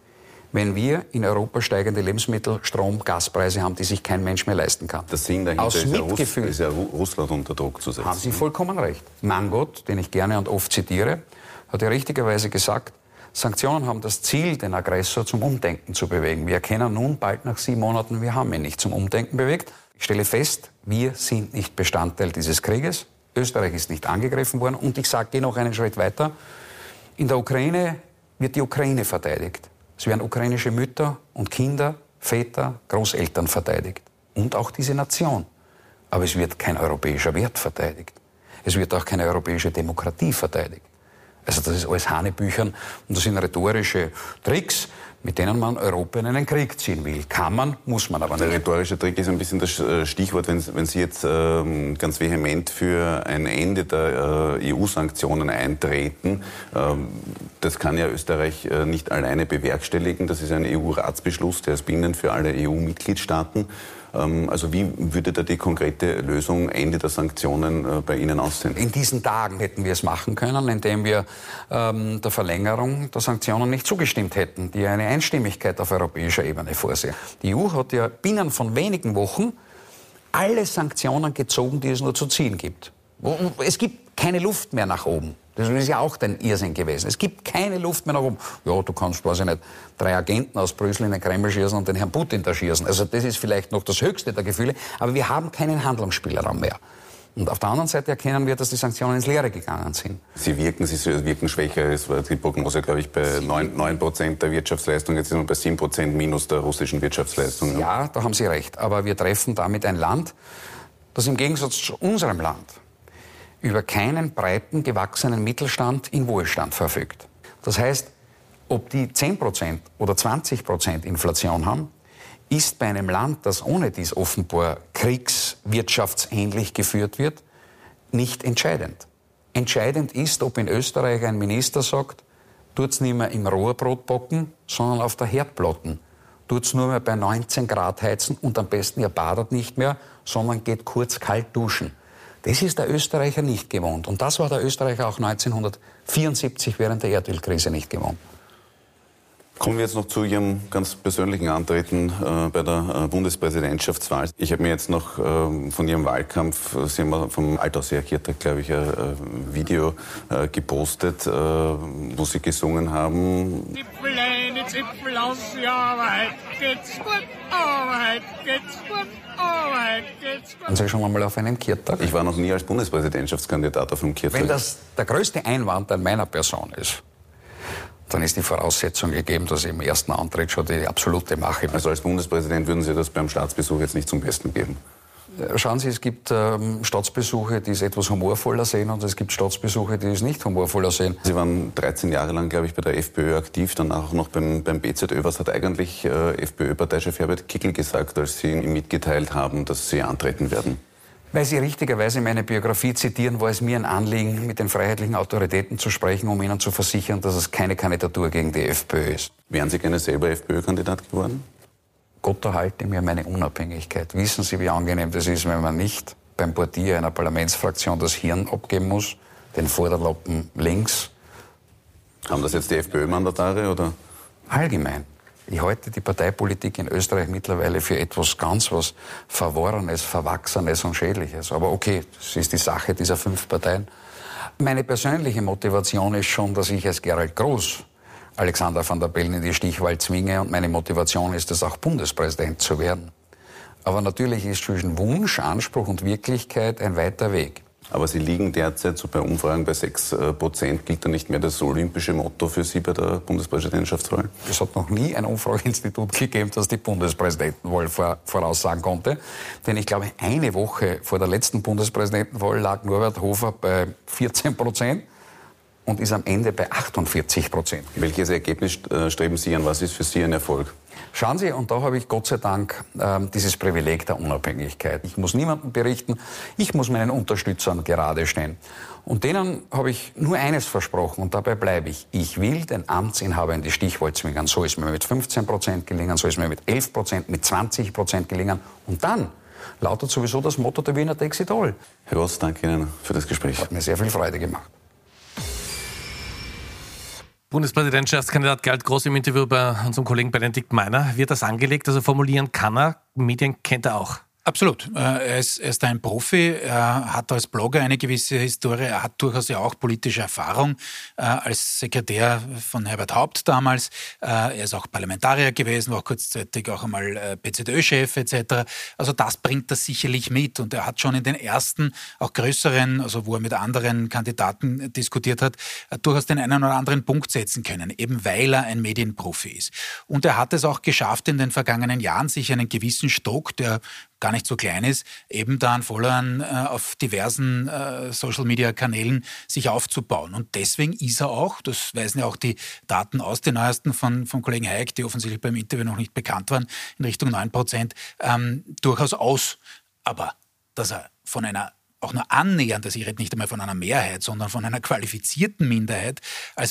wenn wir in Europa steigende Lebensmittel-, Strom-, Gaspreise haben, die sich kein Mensch mehr leisten kann. Das Sinn dahinter Aus Mitgefühl ist ja Russland unter Druck zu setzen. Haben Sie vollkommen recht. Mangot, den ich gerne und oft zitiere, hat ja richtigerweise gesagt, Sanktionen haben das Ziel, den Aggressor zum Umdenken zu bewegen. Wir erkennen nun bald nach 7 Monaten, wir haben ihn nicht zum Umdenken bewegt. Ich stelle fest, wir sind nicht Bestandteil dieses Krieges. Österreich ist nicht angegriffen worden. Und ich gehe noch einen Schritt weiter. In der Ukraine wird die Ukraine verteidigt. Es werden ukrainische Mütter und Kinder, Väter, Großeltern verteidigt. Und auch diese Nation. Aber es wird kein europäischer Wert verteidigt. Es wird auch keine europäische Demokratie verteidigt. Also das ist alles Hanebüchern und das sind rhetorische Tricks, mit denen man Europa in einen Krieg ziehen will. Kann man, muss man aber nicht. Der rhetorische Trick ist ein bisschen das Stichwort, wenn Sie jetzt ganz vehement für ein Ende der EU-Sanktionen eintreten. Das kann ja Österreich nicht alleine bewerkstelligen. Das ist ein EU-Ratsbeschluss, der ist bindend für alle EU-Mitgliedstaaten. Also wie würde da die konkrete Lösung, Ende der Sanktionen bei Ihnen aussehen? In diesen Tagen hätten wir es machen können, indem wir der Verlängerung der Sanktionen nicht zugestimmt hätten, die eine Einstimmigkeit auf europäischer Ebene vorsehen. Die EU hat ja binnen von wenigen Wochen alle Sanktionen gezogen, die es nur zu ziehen gibt. Es gibt keine Luft mehr nach oben. Das ist ja auch ein Irrsinn gewesen. Es gibt keine Luft mehr nach oben. Ja, du kannst, weiß ich nicht, 3 Agenten aus Brüssel in den Kreml schießen und den Herrn Putin da schießen. Also das ist vielleicht noch das höchste der Gefühle, aber wir haben keinen Handlungsspielraum mehr. Und auf der anderen Seite erkennen wir, dass die Sanktionen ins Leere gegangen sind. Sie wirken schwächer. Es war die Prognose, glaube ich, bei 9% der Wirtschaftsleistung. Jetzt sind wir bei 7% minus der russischen Wirtschaftsleistung. Ja, da haben Sie recht. Aber wir treffen damit ein Land, das im Gegensatz zu unserem Land über keinen breiten, gewachsenen Mittelstand in Wohlstand verfügt. Das heißt, ob die 10% oder 20% Inflation haben, ist bei einem Land, das ohne dies offenbar kriegswirtschaftsähnlich geführt wird, nicht entscheidend. Entscheidend ist, ob in Österreich ein Minister sagt, tut's nicht mehr im Rohrbrot backen, sondern auf der Herdplatte. Tut's nur mehr bei 19 Grad heizen und am besten, ihr badet nicht mehr, sondern geht kurz kalt duschen. Das ist der Österreicher nicht gewohnt. Und das war der Österreicher auch 1974 während der Erdölkrise nicht gewohnt. Kommen wir jetzt noch zu Ihrem ganz persönlichen Antreten bei der Bundespräsidentschaftswahl. Ich habe mir jetzt noch von Ihrem Wahlkampf, Sie haben vom Altauseer Kirtag, glaube ich, ein Video gepostet, wo Sie gesungen haben. Zipfel eine, Zipfel aus, die Arbeit geht's gut, Arbeit geht's gut. Waren Sie schon einmal auf einem Kirtag? Ich war noch nie als Bundespräsidentschaftskandidat auf einem Kirtag. Wenn das der größte Einwand an meiner Person ist, dann ist die Voraussetzung gegeben, dass ich im ersten Antritt schon die absolute Mache bin. Also als Bundespräsident würden Sie das beim Staatsbesuch jetzt nicht zum Besten geben? Schauen Sie, es gibt Staatsbesuche, die es etwas humorvoller sehen und es gibt Staatsbesuche, die es nicht humorvoller sehen. Sie waren 13 Jahre lang, glaube ich, bei der FPÖ aktiv, danach auch noch beim BZÖ. Was hat eigentlich FPÖ-Parteichef Herbert Kickl gesagt, als Sie ihm mitgeteilt haben, dass Sie antreten werden? Weil Sie richtigerweise meine Biografie zitieren, war es mir ein Anliegen, mit den freiheitlichen Autoritäten zu sprechen, um Ihnen zu versichern, dass es keine Kandidatur gegen die FPÖ ist. Wären Sie gerne selber FPÖ-Kandidat geworden? Gott erhalte mir meine Unabhängigkeit. Wissen Sie, wie angenehm das ist, wenn man nicht beim Portier einer Parlamentsfraktion das Hirn abgeben muss, den Vorderlappen links? Haben das jetzt die FPÖ-Mandatare oder? Allgemein. Ich halte die Parteipolitik in Österreich mittlerweile für etwas ganz was Verworrenes, Verwachsenes und Schädliches. Aber okay, das ist die Sache dieser 5 Parteien. Meine persönliche Motivation ist schon, dass ich als Gerald Groß Alexander Van der Bellen in die Stichwahl zwinge und meine Motivation ist es auch, Bundespräsident zu werden. Aber natürlich ist zwischen Wunsch, Anspruch und Wirklichkeit ein weiter Weg. Aber Sie liegen derzeit so bei Umfragen bei 6%. Gilt da nicht mehr das olympische Motto für Sie bei der Bundespräsidentschaftswahl? Es hat noch nie ein Umfrageinstitut gegeben, das die Bundespräsidentenwahl voraussagen konnte. Denn ich glaube, eine Woche vor der letzten Bundespräsidentenwahl lag Norbert Hofer bei 14%. Und ist am Ende bei 48%. Welches Ergebnis streben Sie an? Was ist für Sie ein Erfolg? Schauen Sie, und da habe ich Gott sei Dank dieses Privileg der Unabhängigkeit. Ich muss niemandem berichten, ich muss meinen Unterstützern gerade stehen. Und denen habe ich nur eines versprochen und dabei bleibe ich. Ich will den Amtsinhaber in die Stichwahl zwingen. So ist mir mit 15% gelingen, so ist mir mit 11%, mit 20% gelingen. Und dann lautet sowieso das Motto der Wiener Takes it all. Herr Ross, danke Ihnen für das Gespräch. Hat mir sehr viel Freude gemacht. Bundespräsidentschaftskandidat Gerald Groß im Interview bei unserem Kollegen Benedikt Meiner. Wird das angelegt, also formulieren kann er, Medien kennt er auch? Absolut. Er ist ein Profi, er hat als Blogger eine gewisse Historie, er hat durchaus ja auch politische Erfahrung als Sekretär von Herbert Haupt damals. Er ist auch Parlamentarier gewesen, war auch kurzzeitig auch einmal BZÖ-Chef etc. Also das bringt er sicherlich mit und er hat schon in den ersten, auch größeren, also wo er mit anderen Kandidaten diskutiert hat, durchaus den einen oder anderen Punkt setzen können, eben weil er ein Medienprofi ist. Und er hat es auch geschafft, in den vergangenen Jahren sich einen gewissen Stock, der gar nicht so klein ist, eben da an Followern auf diversen Social-Media-Kanälen sich aufzubauen. Und deswegen ist er auch, das weisen ja auch die Daten aus, die neuesten vom Kollegen Hayek, die offensichtlich beim Interview noch nicht bekannt waren, in Richtung 9%, durchaus aus. Aber dass er von einer auch nur annähernd, also ich rede nicht einmal von einer Mehrheit, sondern von einer qualifizierten Minderheit als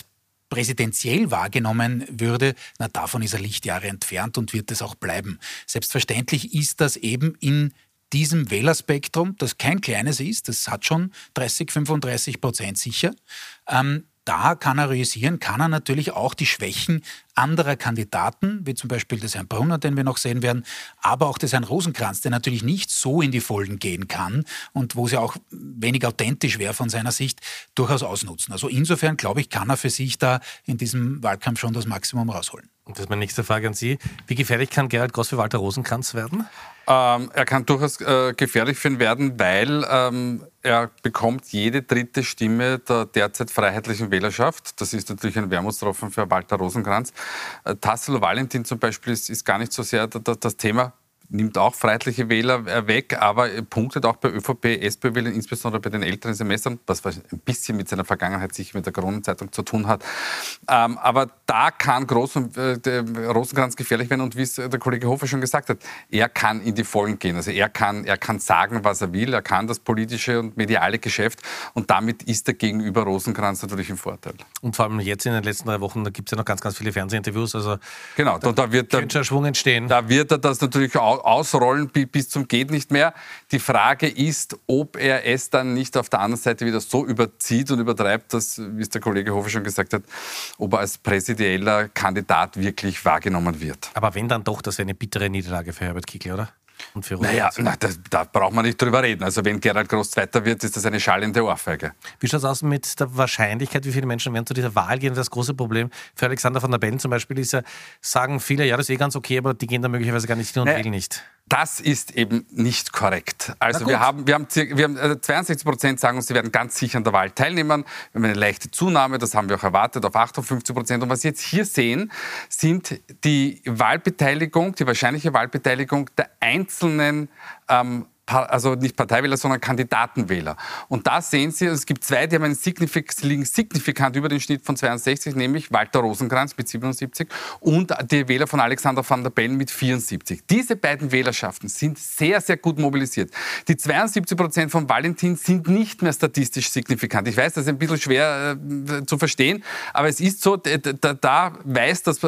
präsidentiell wahrgenommen würde, davon ist er Lichtjahre entfernt und wird es auch bleiben. Selbstverständlich ist das eben in diesem Wählerspektrum, das kein kleines ist, das hat schon 30-35% sicher, da kann er realisieren, kann er natürlich auch die Schwächen anderer Kandidaten, wie zum Beispiel des Herrn Brunner, den wir noch sehen werden, aber auch des Herrn Rosenkranz, der natürlich nicht so in die Vollen gehen kann und wo es ja auch wenig authentisch wäre von seiner Sicht, durchaus ausnutzen. Also insofern, glaube ich, kann er für sich da in diesem Wahlkampf schon das Maximum rausholen. Und das ist meine nächste Frage an Sie. Wie gefährlich kann Gerald Gross für Walter Rosenkranz werden? Er kann durchaus gefährlich für ihn werden, weil er bekommt jede dritte Stimme der derzeit freiheitlichen Wählerschaft. Das ist natürlich ein Wermutstropfen für Walter Rosenkranz. Tassilo Valentin zum Beispiel ist gar nicht so sehr das Thema. Nimmt auch freiheitliche Wähler weg, aber punktet auch bei ÖVP, SPÖ-Wählern, insbesondere bei den älteren Semestern, was ein bisschen mit seiner Vergangenheit sicher mit der Kronenzeitung zu tun hat. Aber da kann Rosenkranz gefährlich werden und wie es der Kollege Hofer schon gesagt hat, er kann in die Vollen gehen. Also er kann sagen, was er will, er kann das politische und mediale Geschäft und damit ist er gegenüber Rosenkranz natürlich im Vorteil. Und vor allem jetzt in den letzten 3 Wochen, da gibt es ja noch ganz, ganz viele Fernsehinterviews. Also genau, da könnte schon Schwung entstehen. Da wird er das natürlich ausrollen bis zum geht nicht mehr. Die Frage ist, ob er es dann nicht auf der anderen Seite wieder so überzieht und übertreibt, dass, wie es der Kollege Hofer schon gesagt hat, ob er als präsidentieller Kandidat wirklich wahrgenommen wird. Aber wenn dann doch, das wäre eine bittere Niederlage für Herbert Kickl, oder? Und für da braucht man nicht drüber reden. Also wenn Gerald Gross Zweiter wird, ist das eine schallende Ohrfeige. Wie schaut es aus mit der Wahrscheinlichkeit, wie viele Menschen werden zu dieser Wahl gehen? Das große Problem für Alexander Van der Bellen zum Beispiel ist ja, sagen viele, ja, das ist ganz okay, aber die gehen da möglicherweise gar nicht hin und wählen nicht. Das ist eben nicht korrekt. Also wir haben 62% sagen uns, sie werden ganz sicher an der Wahl teilnehmen. Wir haben eine leichte Zunahme, das haben wir auch erwartet, auf 58%. Und was Sie jetzt hier sehen, sind die Wahlbeteiligung, die wahrscheinliche Wahlbeteiligung der einzelnen also nicht Parteiwähler, sondern Kandidatenwähler. Und da sehen Sie, es gibt 2, die haben liegen signifikant über den Schnitt von 62, nämlich Walter Rosenkranz mit 77 und die Wähler von Alexander Van der Bellen mit 74. Diese beiden Wählerschaften sind sehr, sehr gut mobilisiert. Die 72% von Valentin sind nicht mehr statistisch signifikant. Ich weiß, das ist ein bisschen schwer zu verstehen, aber es ist so, da weist das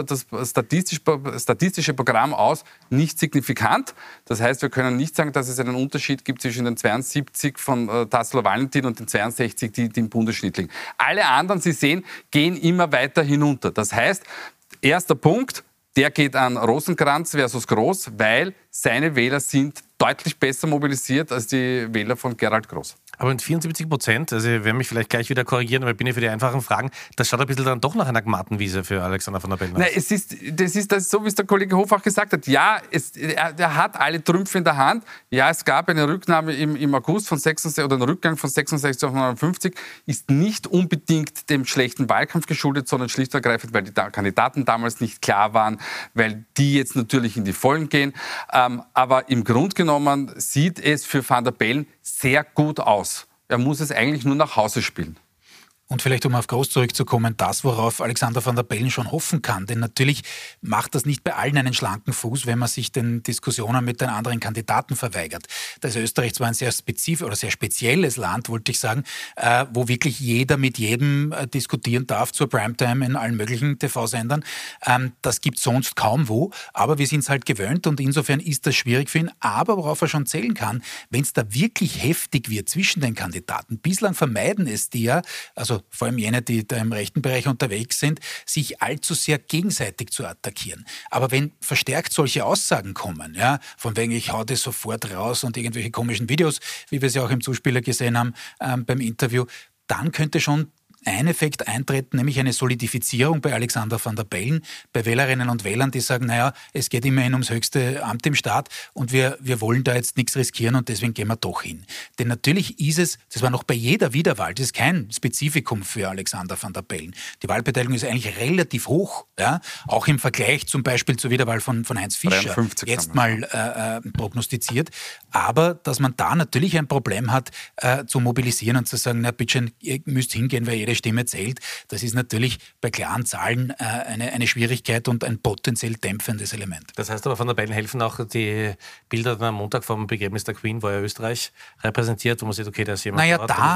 statistische Programm aus, nicht signifikant. Das heißt, wir können nicht sagen, dass es einen Unterschied gibt zwischen den 72 von Tassilo Valentin und den 62, die im Bundesschnitt liegen. Alle anderen, Sie sehen, gehen immer weiter hinunter. Das heißt, erster Punkt, der geht an Rosenkranz versus Gross, weil seine Wähler sind deutlich besser mobilisiert als die Wähler von Gerald Gross. Aber mit 74%, also ich werde mich vielleicht gleich wieder korrigieren, aber ich bin ja für die einfachen Fragen, das schaut ein bisschen dann doch nach einer Gmattenwiese für Alexander Van der Bellen aus. Nein, das ist so, wie es der Kollege Hof auch gesagt hat. Ja, er hat alle Trümpfe in der Hand. Ja, es gab eine Rücknahme im August von 66 oder einen Rückgang von 66 auf 59, ist nicht unbedingt dem schlechten Wahlkampf geschuldet, sondern schlicht und ergreifend, weil die Kandidaten damals nicht klar waren, weil die jetzt natürlich in die Vollen gehen. Aber im Grunde genommen sieht es für Van der Bellen sehr gut aus. Er muss es eigentlich nur nach Hause spielen. Und vielleicht, um auf Gross zurückzukommen, das, worauf Alexander Van der Bellen schon hoffen kann. Denn natürlich macht das nicht bei allen einen schlanken Fuß, wenn man sich den Diskussionen mit den anderen Kandidaten verweigert. Da ist Österreich zwar ein sehr spezielles Land, wollte ich sagen, wo wirklich jeder mit jedem diskutieren darf zur Primetime in allen möglichen TV-Sendern. Das gibt es sonst kaum wo, aber wir sind es halt gewöhnt und insofern ist das schwierig für ihn. Aber worauf er schon zählen kann, wenn es da wirklich heftig wird zwischen den Kandidaten, bislang vermeiden es die ja, also vor allem jene, die da im rechten Bereich unterwegs sind, sich allzu sehr gegenseitig zu attackieren. Aber wenn verstärkt solche Aussagen kommen, ja, von wegen ich hau das sofort raus und irgendwelche komischen Videos, wie wir sie auch im Zuspieler gesehen haben beim Interview, dann könnte schon ein Effekt eintreten, nämlich eine Solidifizierung bei Alexander Van der Bellen, bei Wählerinnen und Wählern, die sagen, naja, es geht immerhin ums höchste Amt im Staat und wir wollen da jetzt nichts riskieren und deswegen gehen wir doch hin. Denn natürlich ist es, das war noch bei jeder Wiederwahl, das ist kein Spezifikum für Alexander Van der Bellen. Die Wahlbeteiligung ist eigentlich relativ hoch, ja, auch im Vergleich zum Beispiel zur Wiederwahl von Heinz Fischer, jetzt mal prognostiziert. Aber dass man da natürlich ein Problem hat, zu mobilisieren und zu sagen, na bitte, ihr müsst hingehen, weil jede Stimme zählt, das ist natürlich bei klaren Zahlen eine Schwierigkeit und ein potenziell dämpfendes Element. Das heißt aber, Van der Bellen helfen auch die Bilder am Montag vom Begräbnis der Queen, wo er Österreich repräsentiert, wo man sieht, okay, da ist jemand. Naja,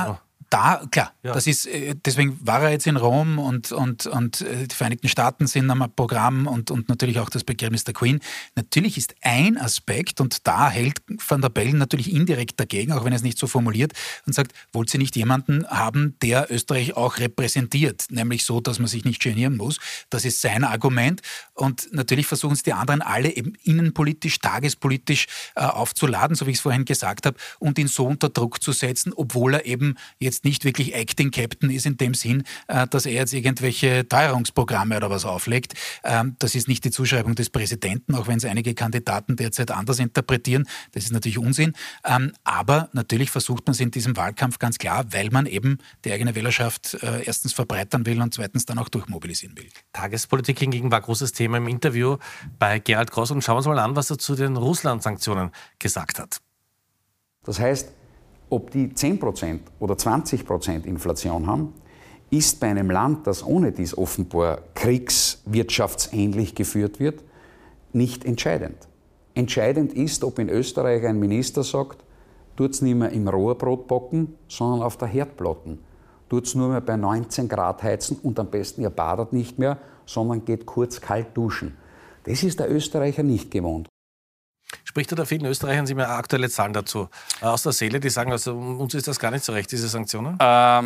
Klar, das ist, deswegen war er jetzt in Rom und die Vereinigten Staaten sind am Programm und natürlich auch das Begräbnis der Queen. Natürlich ist ein Aspekt, und da hält Van der Bellen natürlich indirekt dagegen, auch wenn er es nicht so formuliert, und sagt, wollt ihr nicht jemanden haben, der Österreich auch repräsentiert, nämlich so, dass man sich nicht genieren muss. Das ist sein Argument, und natürlich versuchen es die anderen alle eben innenpolitisch, tagespolitisch aufzuladen, so wie ich es vorhin gesagt habe, und ihn so unter Druck zu setzen, obwohl er eben jetzt nicht wirklich Acting Captain ist in dem Sinn, dass er jetzt irgendwelche Teuerungsprogramme oder was auflegt. Das ist nicht die Zuschreibung des Präsidenten, auch wenn es einige Kandidaten derzeit anders interpretieren. Das ist natürlich Unsinn. Aber natürlich versucht man es in diesem Wahlkampf ganz klar, weil man eben die eigene Wählerschaft erstens verbreitern will und zweitens dann auch durchmobilisieren will. Tagespolitik hingegen war großes Thema im Interview bei Gerald Gross. Und schauen wir uns mal an, was er zu den Russland-Sanktionen gesagt hat. Das heißt, ob die 10% oder 20% Inflation haben, ist bei einem Land, das ohne dies offenbar kriegswirtschaftsähnlich geführt wird, nicht entscheidend. Entscheidend ist, ob in Österreich ein Minister sagt, tut's nicht mehr im Rohrbrot backen, sondern auf der Herdplatte. Tut's nur mehr bei 19 Grad heizen und am besten ihr badet nicht mehr, sondern geht kurz kalt duschen. Das ist der Österreicher nicht gewohnt. Spricht er da vielen Österreichern, Sie mir aktuelle Zahlen dazu aus der Seele, die sagen, also uns ist das gar nicht so recht, diese Sanktionen?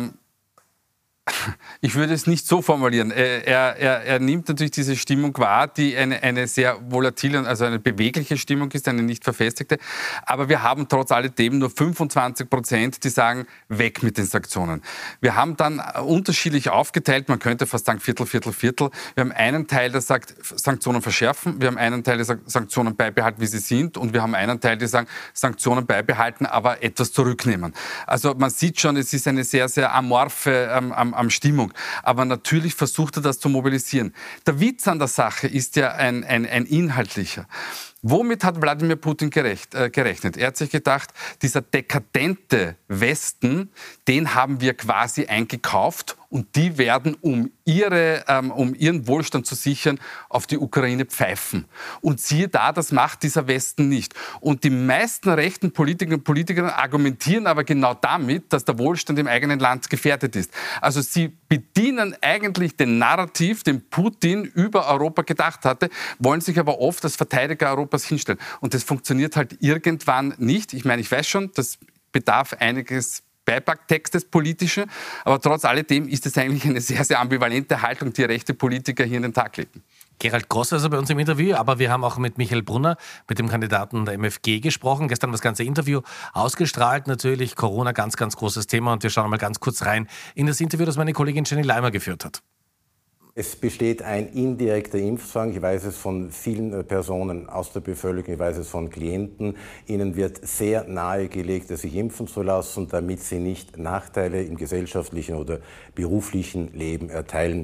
Ich würde es nicht so formulieren. Er nimmt natürlich diese Stimmung wahr, die eine sehr volatile, also eine bewegliche Stimmung ist, eine nicht verfestigte. Aber wir haben trotz alledem nur 25%, die sagen, weg mit den Sanktionen. Wir haben dann unterschiedlich aufgeteilt, man könnte fast sagen Viertel. Wir haben einen Teil, der sagt, Sanktionen verschärfen. Wir haben einen Teil, der sagt, Sanktionen beibehalten, wie sie sind. Und wir haben einen Teil, der sagt, Sanktionen beibehalten, aber etwas zurücknehmen. Also man sieht schon, es ist eine sehr, sehr amorphe Stimmung. Aber natürlich versucht er das zu mobilisieren. Der Witz an der Sache ist ja ein inhaltlicher. Womit hat Wladimir Putin gerechnet? Er hat sich gedacht, dieser dekadente Westen, den haben wir quasi eingekauft und die werden, um ihren Wohlstand zu sichern, auf die Ukraine pfeifen. Und siehe da, das macht dieser Westen nicht. Und die meisten rechten Politikerinnen und Politiker argumentieren aber genau damit, dass der Wohlstand im eigenen Land gefährdet ist. Also sie bedienen eigentlich den Narrativ, den Putin über Europa gedacht hatte, wollen sich aber oft als Verteidiger Europas hinstellen. Und das funktioniert halt irgendwann nicht. Ich meine, ich weiß schon, das bedarf einiges Beipacktextes, politische, aber trotz alledem ist es eigentlich eine sehr, sehr ambivalente Haltung, die rechte Politiker hier in den Tag legen. Gerald Gross also bei uns im Interview, aber wir haben auch mit Michael Brunner, mit dem Kandidaten der MFG gesprochen. Gestern das ganze Interview ausgestrahlt. Natürlich Corona, ganz, ganz großes Thema. Und wir schauen mal ganz kurz rein in das Interview, das meine Kollegin Jenny Leimer geführt hat. Es besteht ein indirekter Impfzwang. Ich weiß es von vielen Personen aus der Bevölkerung, ich weiß es von Klienten. Ihnen wird sehr nahegelegt, sich impfen zu lassen, damit sie nicht Nachteile im gesellschaftlichen oder beruflichen Leben erteilen.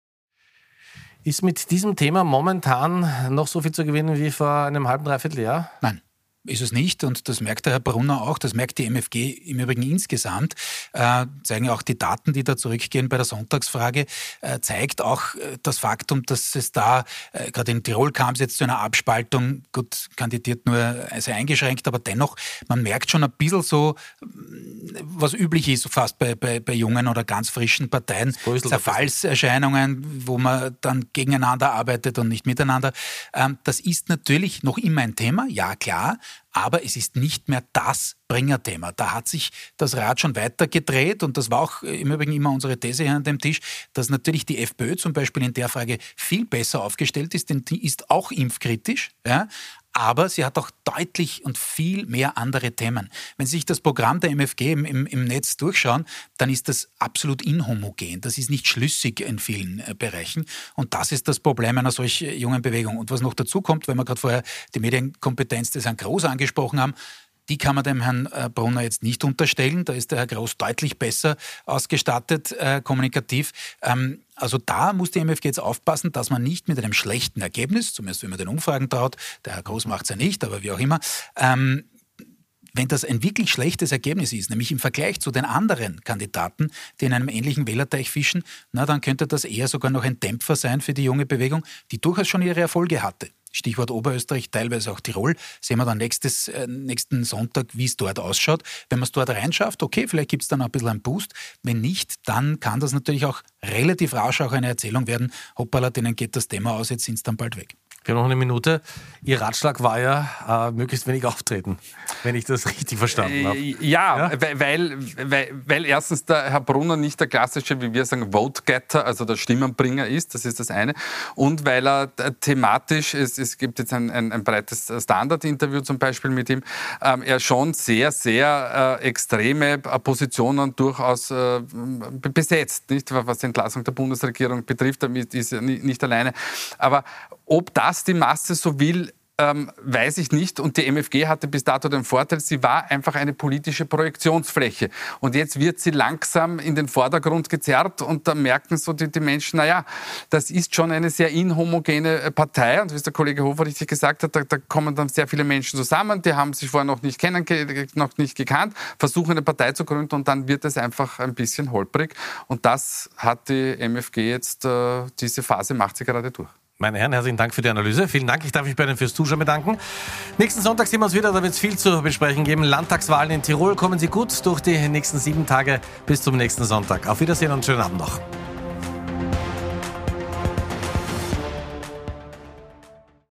Ist mit diesem Thema momentan noch so viel zu gewinnen wie vor einem halben, dreiviertel Jahr? Nein. Ist es nicht, und das merkt der Herr Brunner auch, das merkt die MFG im Übrigen insgesamt, zeigen auch die Daten, die da zurückgehen bei der Sonntagsfrage, zeigt auch das Faktum, dass es da, gerade in Tirol kam es jetzt zu einer Abspaltung, gut, kandidiert nur sehr eingeschränkt, aber dennoch, man merkt schon ein bisschen so, was üblich ist fast bei jungen oder ganz frischen Parteien, Zerfallserscheinungen, wo man dann gegeneinander arbeitet und nicht miteinander. Das ist natürlich noch immer ein Thema, ja klar, aber es ist nicht mehr das Bringerthema. Da hat sich das Rad schon weiter gedreht und das war auch im Übrigen immer unsere These hier an dem Tisch, dass natürlich die FPÖ zum Beispiel in der Frage viel besser aufgestellt ist, denn die ist auch impfkritisch, ja, aber sie hat auch deutlich und viel mehr andere Themen. Wenn Sie sich das Programm der MFG im Netz durchschauen, dann ist das absolut inhomogen. Das ist nicht schlüssig in vielen Bereichen. Und das ist das Problem einer solch jungen Bewegung. Und was noch dazu kommt, weil wir gerade vorher die Medienkompetenz des Herrn Groß angesprochen haben, die kann man dem Herrn Brunner jetzt nicht unterstellen. Da ist der Herr Groß deutlich besser ausgestattet, kommunikativ. Also da muss die MFG jetzt aufpassen, dass man nicht mit einem schlechten Ergebnis, zumindest wenn man den Umfragen traut, der Herr Groß macht es ja nicht, aber wie auch immer, wenn das ein wirklich schlechtes Ergebnis ist, nämlich im Vergleich zu den anderen Kandidaten, die in einem ähnlichen Wählerteich fischen, na, dann könnte das eher sogar noch ein Dämpfer sein für die junge Bewegung, die durchaus schon ihre Erfolge hatte. Stichwort Oberösterreich, teilweise auch Tirol. Sehen wir dann nächsten Sonntag, wie es dort ausschaut. Wenn man es dort reinschafft, okay, vielleicht gibt es dann auch ein bisschen einen Boost. Wenn nicht, dann kann das natürlich auch relativ rasch auch eine Erzählung werden. Hoppala, denen geht das Thema aus, jetzt sind es dann bald weg. Wir haben noch eine Minute. Ihr Ratschlag war ja, möglichst wenig auftreten, wenn ich das richtig verstanden habe. Ja, weil erstens der Herr Brunner nicht der klassische, wie wir sagen, Vote-Getter, also der Stimmenbringer ist, das ist das eine. Und weil er thematisch, es gibt jetzt ein breites Standard-Interview zum Beispiel mit ihm, er schon sehr, sehr extreme Positionen durchaus besetzt, nicht? Was die Entlassung der Bundesregierung betrifft, damit ist er nicht alleine. Aber ob das die Masse so will, weiß ich nicht. Und die MFG hatte bis dato den Vorteil, sie war einfach eine politische Projektionsfläche. Und jetzt wird sie langsam in den Vordergrund gezerrt und da merken so die Menschen, naja, das ist schon eine sehr inhomogene Partei. Und wie es der Kollege Hofer richtig gesagt hat, da kommen dann sehr viele Menschen zusammen, die haben sich vorher noch nicht gekannt, versuchen eine Partei zu gründen und dann wird es einfach ein bisschen holprig. Und das hat die MFG jetzt, diese Phase macht sie gerade durch. Meine Herren, herzlichen Dank für die Analyse. Vielen Dank. Ich darf mich bei Ihnen fürs Zuschauen bedanken. Nächsten Sonntag sehen wir uns wieder. Da wird es viel zu besprechen geben. Landtagswahlen in Tirol. Kommen Sie gut durch die nächsten 7 Tage bis zum nächsten Sonntag. Auf Wiedersehen und schönen Abend noch.